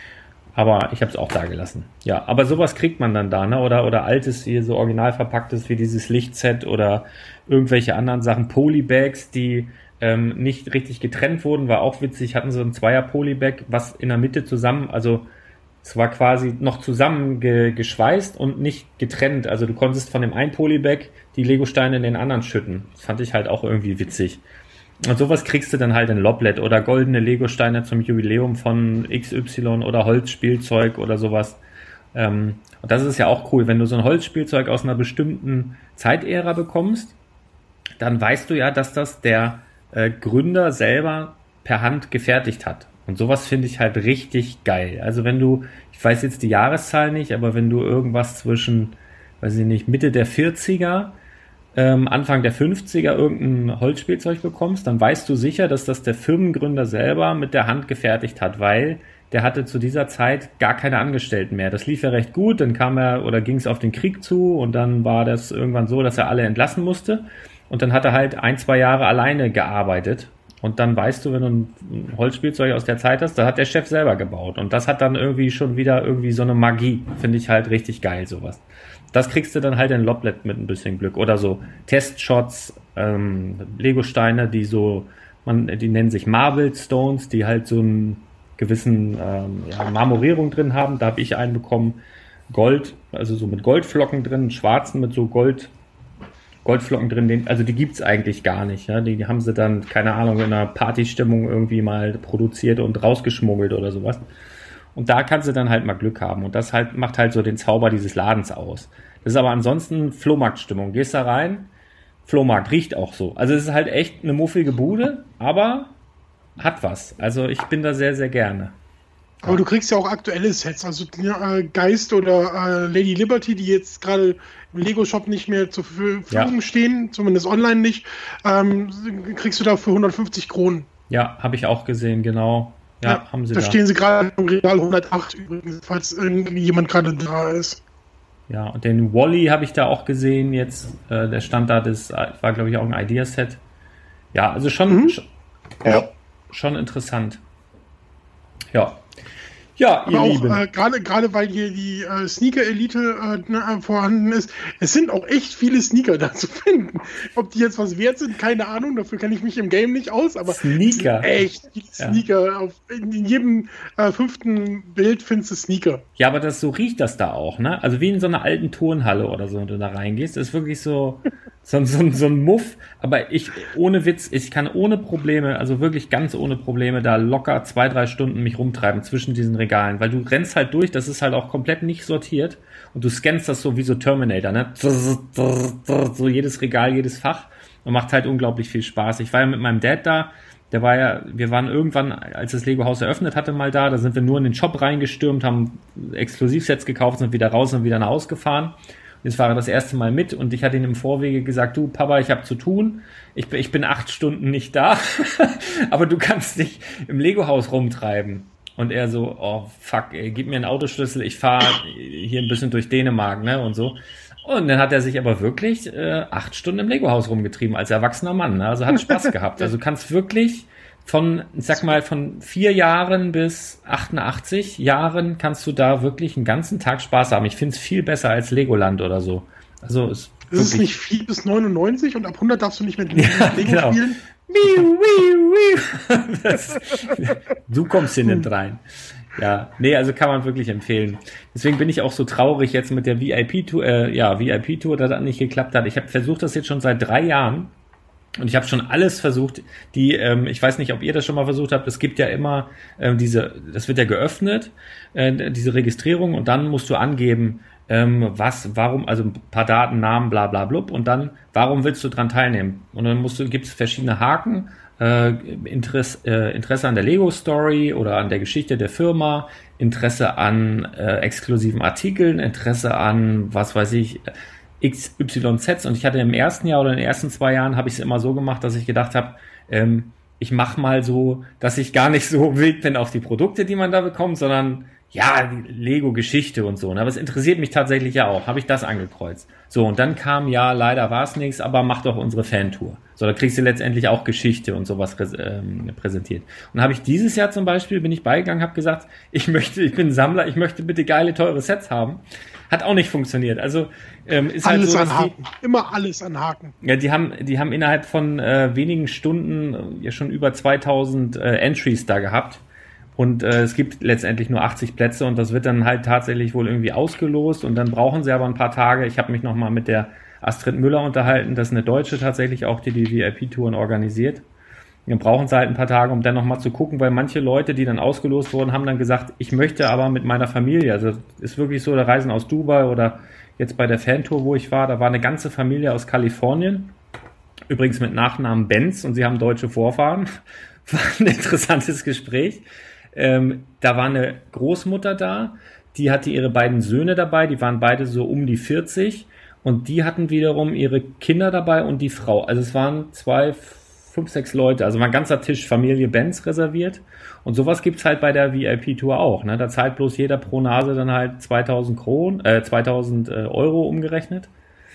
Aber ich habe es auch da gelassen. Ja, aber sowas kriegt man dann da, ne? Oder, oder altes, hier so original verpacktes wie dieses Lichtset oder irgendwelche anderen Sachen. Polybags, die ähm, nicht richtig getrennt wurden, war auch witzig. Hatten so ein Zweier-Polybag, was in der Mitte zusammen, also es war quasi noch zusammen ge- geschweißt und nicht getrennt. Also du konntest von dem einen Polybag die Lego-Steine in den anderen schütten. Das fand ich halt auch irgendwie witzig. Und sowas kriegst du dann halt in Loplet oder goldene Lego-Steine zum Jubiläum von X Y oder Holzspielzeug oder sowas. Ähm, und das ist ja auch cool, wenn du so ein Holzspielzeug aus einer bestimmten Zeitära bekommst, dann weißt du ja, dass das der äh, Gründer selber per Hand gefertigt hat. Und sowas finde ich halt richtig geil. Also wenn du, ich weiß jetzt die Jahreszahl nicht, aber wenn du irgendwas zwischen, weiß ich nicht, Mitte der vierziger Anfang der fünfziger irgendein Holzspielzeug bekommst, dann weißt du sicher, dass das der Firmengründer selber mit der Hand gefertigt hat, weil der hatte zu dieser Zeit gar keine Angestellten mehr. Das lief ja recht gut, dann kam er oder ging es auf den Krieg zu und dann war das irgendwann so, dass er alle entlassen musste und dann hat er halt ein, zwei Jahre alleine gearbeitet und dann weißt du, wenn du ein Holzspielzeug aus der Zeit hast, da hat der Chef selber gebaut und das hat dann irgendwie schon wieder irgendwie so eine Magie, finde ich halt richtig geil, sowas. Das kriegst du dann halt in Loplet mit ein bisschen Glück. Oder so Testshots, ähm, Lego-Steine, die so Man, die nennen sich Marble Stones, die halt so einen gewissen ähm, ja, Marmorierung drin haben. Da habe ich einen bekommen, Gold, also so mit Goldflocken drin, einen schwarzen mit so Gold, Goldflocken drin. Den, also die gibt's eigentlich gar nicht. Ja? Die, die haben sie dann, keine Ahnung, in einer Partystimmung irgendwie mal produziert und rausgeschmuggelt oder sowas. Und da kannst du dann halt mal Glück haben. Und das halt macht halt so den Zauber dieses Ladens aus. Das ist aber ansonsten Flohmarktstimmung. Gehst da rein, Flohmarkt, riecht auch so. Also es ist halt echt eine muffige Bude, aber hat was. Also ich bin da sehr, sehr gerne. Aber du kriegst ja auch aktuelle Sets, also äh, Geist oder äh, Lady Liberty, die jetzt gerade im Lego-Shop nicht mehr zur Verfügung ja. stehen, zumindest online nicht, ähm, kriegst du da für hundertfünfzig Kronen. Ja, habe ich auch gesehen, genau. Ja, ja haben sie da. Da stehen sie gerade im Regal hundertacht übrigens, falls irgendwie jemand gerade da ist. Ja, und den Wally habe ich da auch gesehen jetzt. Äh, der stand da, das war, glaube ich, auch ein Idea-Set. Ja, also schon, mhm. schon, ja. schon interessant. Ja. Ja, ihr Aber auch Lieben. äh, gerade gerade weil hier die äh, Sneaker-Elite äh, ne, vorhanden ist, es sind auch echt viele Sneaker da zu finden. Ob die jetzt was wert sind, keine Ahnung, dafür kenne ich mich im Game nicht aus, aber Sneaker. echt viele Sneaker. Ja. Auf, in, in jedem äh, fünften Bild findest du Sneaker. Ja, aber das so riecht das da auch, ne? Also wie in so einer alten Turnhalle oder so, wenn du da reingehst, ist wirklich so so, so, so ein Muff. Aber ich, ohne Witz, ich kann ohne Probleme, also wirklich ganz ohne Probleme, da locker zwei, drei Stunden mich rumtreiben zwischen diesen Regalen, weil du rennst halt durch, das ist halt auch komplett nicht sortiert und du scannst das so wie so Terminator, ne? So jedes Regal, jedes Fach und macht halt unglaublich viel Spaß. Ich war ja mit meinem Dad da, der war ja, wir waren irgendwann, als das Lego-Haus eröffnet hatte, mal da, da sind wir nur in den Shop reingestürmt, haben Exklusivsets gekauft, sind wieder raus und wieder nach Hause gefahren. Jetzt war er das erste Mal mit und ich hatte ihm im Vorwege gesagt, du Papa, ich habe zu tun, ich, ich bin acht Stunden nicht da, aber du kannst dich im Lego-Haus rumtreiben. Und er so, oh fuck, ey, gib mir einen Autoschlüssel, ich fahre hier ein bisschen durch Dänemark, ne, und so. Und dann hat er sich aber wirklich äh, acht Stunden im Lego-Haus rumgetrieben als erwachsener Mann, ne? Also hat Spaß gehabt. Also du kannst wirklich von, ich sag mal, von vier Jahren bis achtundachtzig Jahren kannst du da wirklich einen ganzen Tag Spaß haben. Ich finde es viel besser als Legoland oder so. Also es ist es nicht vier bis neunundneunzig und ab hundert darfst du nicht mehr Lego ja, genau. spielen? Wiu, wiu, wiu. Das, du kommst hier nicht rein. Ja, nee, also kann man wirklich empfehlen. Deswegen bin ich auch so traurig jetzt mit der V I P-Tour, äh, ja, V I P-Tour, dass das nicht geklappt hat. Ich habe versucht das jetzt schon seit drei Jahren. Und ich habe schon alles versucht, die, ähm, ich weiß nicht, ob ihr das schon mal versucht habt, es gibt ja immer ähm, diese, das wird ja geöffnet, äh, diese Registrierung und dann musst du angeben, ähm, was, warum, also ein paar Daten, Namen, bla bla blub und dann, warum willst du dran teilnehmen? Und dann musst du, gibt es verschiedene Haken, äh, Interesse, äh, Interesse an der Lego-Story oder an der Geschichte der Firma, Interesse an äh, exklusiven Artikeln, Interesse an, was weiß ich, X Y Z und ich hatte im ersten Jahr oder in den ersten zwei Jahren habe ich es immer so gemacht, dass ich gedacht habe, ähm, ich mache mal so, dass ich gar nicht so wild bin auf die Produkte, die man da bekommt, sondern ja, Lego-Geschichte und so. Aber es interessiert mich tatsächlich ja auch. Habe ich das angekreuzt. So, und dann kam, ja, leider war es nichts, aber mach doch unsere Fantour. So, da kriegst du letztendlich auch Geschichte und sowas ähm, präsentiert. Und habe ich dieses Jahr zum Beispiel, bin ich beigegangen, habe gesagt, ich möchte, ich bin Sammler, ich möchte bitte geile, teure Sets haben. Hat auch nicht funktioniert. Also ähm, ist alles halt so, anhaken. Die, immer alles anhaken. Ja, die haben, die haben innerhalb von äh, wenigen Stunden äh, ja schon über zweitausend äh, Entries da gehabt. Und äh, es gibt letztendlich nur achtzig Plätze und das wird dann halt tatsächlich wohl irgendwie ausgelost und dann brauchen sie aber ein paar Tage. Ich habe mich nochmal mit der Astrid Müller unterhalten, das ist eine Deutsche tatsächlich auch, die die V I P-Touren organisiert. Dann brauchen sie halt ein paar Tage, um dann nochmal zu gucken, weil manche Leute, die dann ausgelost wurden, haben dann gesagt, ich möchte aber mit meiner Familie, also ist wirklich so, da Reisen aus Dubai oder jetzt bei der Fantour, wo ich war, da war eine ganze Familie aus Kalifornien, übrigens mit Nachnamen Benz und sie haben deutsche Vorfahren. War ein interessantes Gespräch. Ähm, da war eine Großmutter da, die hatte ihre beiden Söhne dabei, die waren beide so um die vierzig und die hatten wiederum ihre Kinder dabei und die Frau. Also es waren zwei, fünf, sechs Leute, also war ein ganzer Tisch Familie Benz reserviert und sowas gibt's halt bei der V I P-Tour auch. Ne? Da zahlt bloß jeder pro Nase dann halt zweitausend Kronen, äh, zweitausend äh, Euro umgerechnet.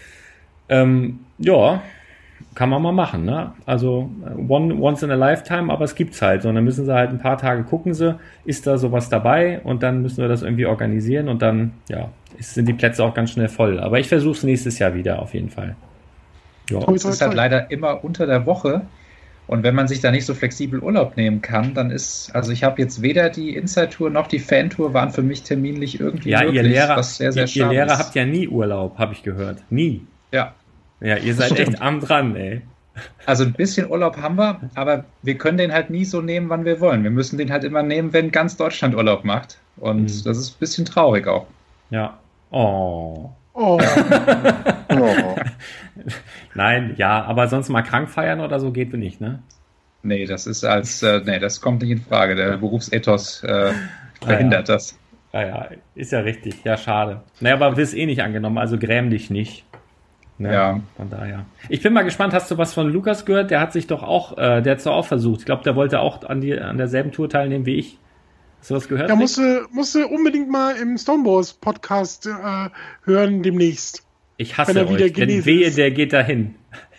Ähm, ja, kann man mal machen, ne? Also one, once in a lifetime, aber es gibt's halt. Und dann müssen sie halt ein paar Tage gucken sie, ist da sowas dabei und dann müssen wir das irgendwie organisieren und dann, ja, sind die Plätze auch ganz schnell voll. Aber ich versuche es nächstes Jahr wieder auf jeden Fall. Ja. Es ist halt leider immer unter der Woche Und wenn man sich da nicht so flexibel Urlaub nehmen kann, dann ist, also ich habe jetzt weder die Inside-Tour noch die Fan-Tour waren für mich terminlich irgendwie Ja, möglich, ihr Lehrer, was sehr, sehr ihr, ihr schade Lehrer ist. habt ja nie Urlaub, habe ich gehört. Nie. Ja. Ja, ihr seid Stimmt. echt arm dran, ey. Also ein bisschen Urlaub haben wir, aber wir können den halt nie so nehmen, wann wir wollen. Wir müssen den halt immer nehmen, wenn ganz Deutschland Urlaub macht. Und Mhm. das ist ein bisschen traurig auch. Ja. Oh. Oh. Oh. Nein, ja, aber sonst mal krank feiern oder so geht nicht, ne? Nee, das ist als, äh, nee, das kommt nicht in Frage. Der Berufsethos äh, verhindert Ah, ja. das. Ja, ja, ist ja richtig. Ja, schade. Naja, aber wirst eh nicht angenommen, also gräm dich nicht. Ne? Ja. Von daher. Ich bin mal gespannt, hast du was von Lukas gehört? Der hat sich doch auch, äh, der hat es doch auch versucht. Ich glaube, der wollte auch an, die, an derselben Tour teilnehmen wie ich. Hast du was gehört? Ja, Nick? musste, musste unbedingt mal im Stonewalls Podcast äh, hören demnächst. Ich hasse wenn er wieder euch, denn genesen wehe, ist. der geht dahin.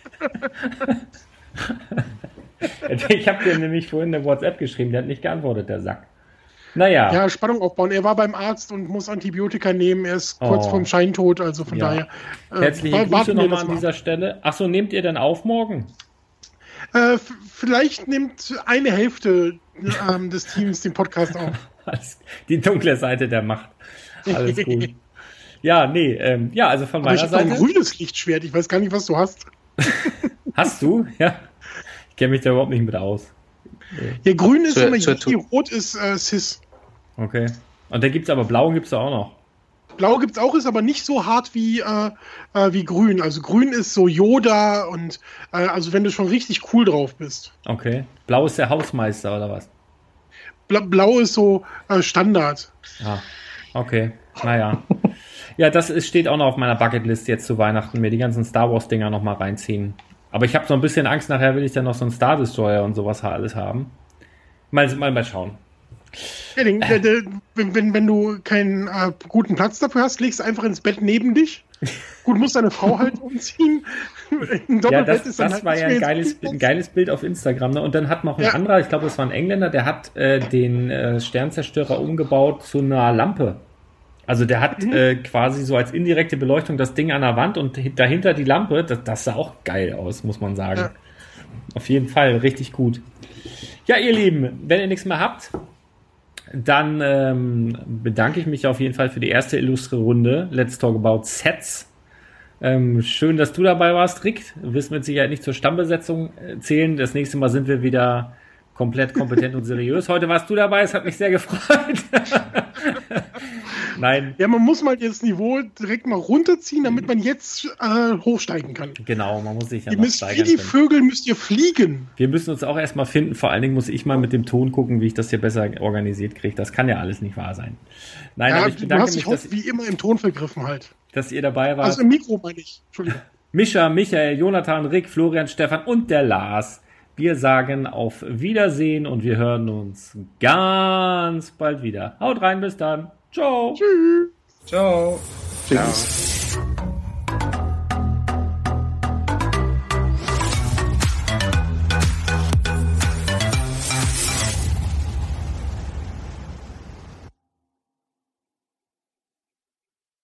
Ich habe dir nämlich vorhin eine WhatsApp geschrieben, der hat nicht geantwortet, der Sack. Naja. Ja, Spannung aufbauen. Er war beim Arzt und muss Antibiotika nehmen. Er ist kurz Oh. vorm Scheintod, also von Ja. daher. äh, Herzliche wa- Grüße warten wir nochmal das an mal dieser Stelle. Achso, nehmt ihr denn auf morgen? Äh, f- vielleicht nimmt eine Hälfte ähm, des Teams den Podcast auf. Alles- Die dunkle Seite der Macht. Alles gut. Ja, nee, ähm, ja, also von Aber ich meiner habe ein Seite. grünes Lichtschwert. Ich weiß gar nicht, was du hast. Hast du? Ja. Ich kenne mich da überhaupt nicht mit aus. Ja, grün ist Zur- immer zur- Yuki, rot ist äh, Sis. Okay. Und da gibt's aber blau gibt's da auch noch. Blau gibt's auch, ist aber nicht so hart wie, äh, äh, wie grün. Also grün ist so Yoda und äh, also wenn du schon richtig cool drauf bist. Okay. Blau ist der Hausmeister oder was? Bla Blau ist so äh, Standard. Ah, okay. Naja. Ja, das ist, steht auch noch auf meiner Bucketlist jetzt zu Weihnachten, mir die ganzen Star Wars Dinger noch mal reinziehen. Aber ich habe so ein bisschen Angst, nachher will ich dann noch so einen Star Destroyer und sowas alles haben. Mal, mal, mal schauen. Ja, den, der, der, wenn, wenn, wenn du keinen äh, guten Platz dafür hast, legst du einfach ins Bett neben dich. Gut, muss deine Frau halt umziehen. Ein Ja, Doppelbett das, ist dann das halt war nicht ja mehr ein so geiles, viel ein geiles Bild auf Instagram. Ne? Und dann hat noch ein Ja. anderer, ich glaube, es war ein Engländer, der hat äh, den äh, Sternzerstörer umgebaut zu einer Lampe. Also der hat Mhm. äh, quasi so als indirekte Beleuchtung das Ding an der Wand und hi- dahinter die Lampe. Das, das sah auch geil aus, muss man sagen. Ja. Auf jeden Fall, richtig gut. Ja, ihr Lieben, wenn ihr nichts mehr habt, dann ähm, bedanke ich mich auf jeden Fall für die erste illustre Runde. Let's Talk About Sets. Ähm, schön, dass du dabei warst, Rick. Du wirst mit Sicherheit nicht zur Stammbesetzung äh, zählen. Das nächste Mal sind wir wieder komplett kompetent und seriös. Heute warst du dabei, es hat mich sehr gefreut. Nein, Ja, man muss mal das Niveau direkt mal runterziehen, damit man jetzt äh, hochsteigen kann. genau, man muss sich ja Ihr noch müsst wie steigern die können. Vögel müsst ihr fliegen. Wir müssen uns auch erstmal finden. Vor allen Dingen muss ich mal mit dem Ton gucken, wie ich das hier besser organisiert kriege. Das kann ja alles nicht wahr sein. Nein, Ja, aber ich du bedanke hast mich, dich dass, oft wie immer im Ton vergriffen halt. dass ihr dabei wart. Also im Mikro meine ich. Entschuldigung. Mischa, Michael, Jonathan, Rick, Florian, Stefan und der Lars. Wir sagen auf Wiedersehen und wir hören uns ganz bald wieder. Haut rein, bis dann. Ciao. Tschüss. Ciao. Tschüss.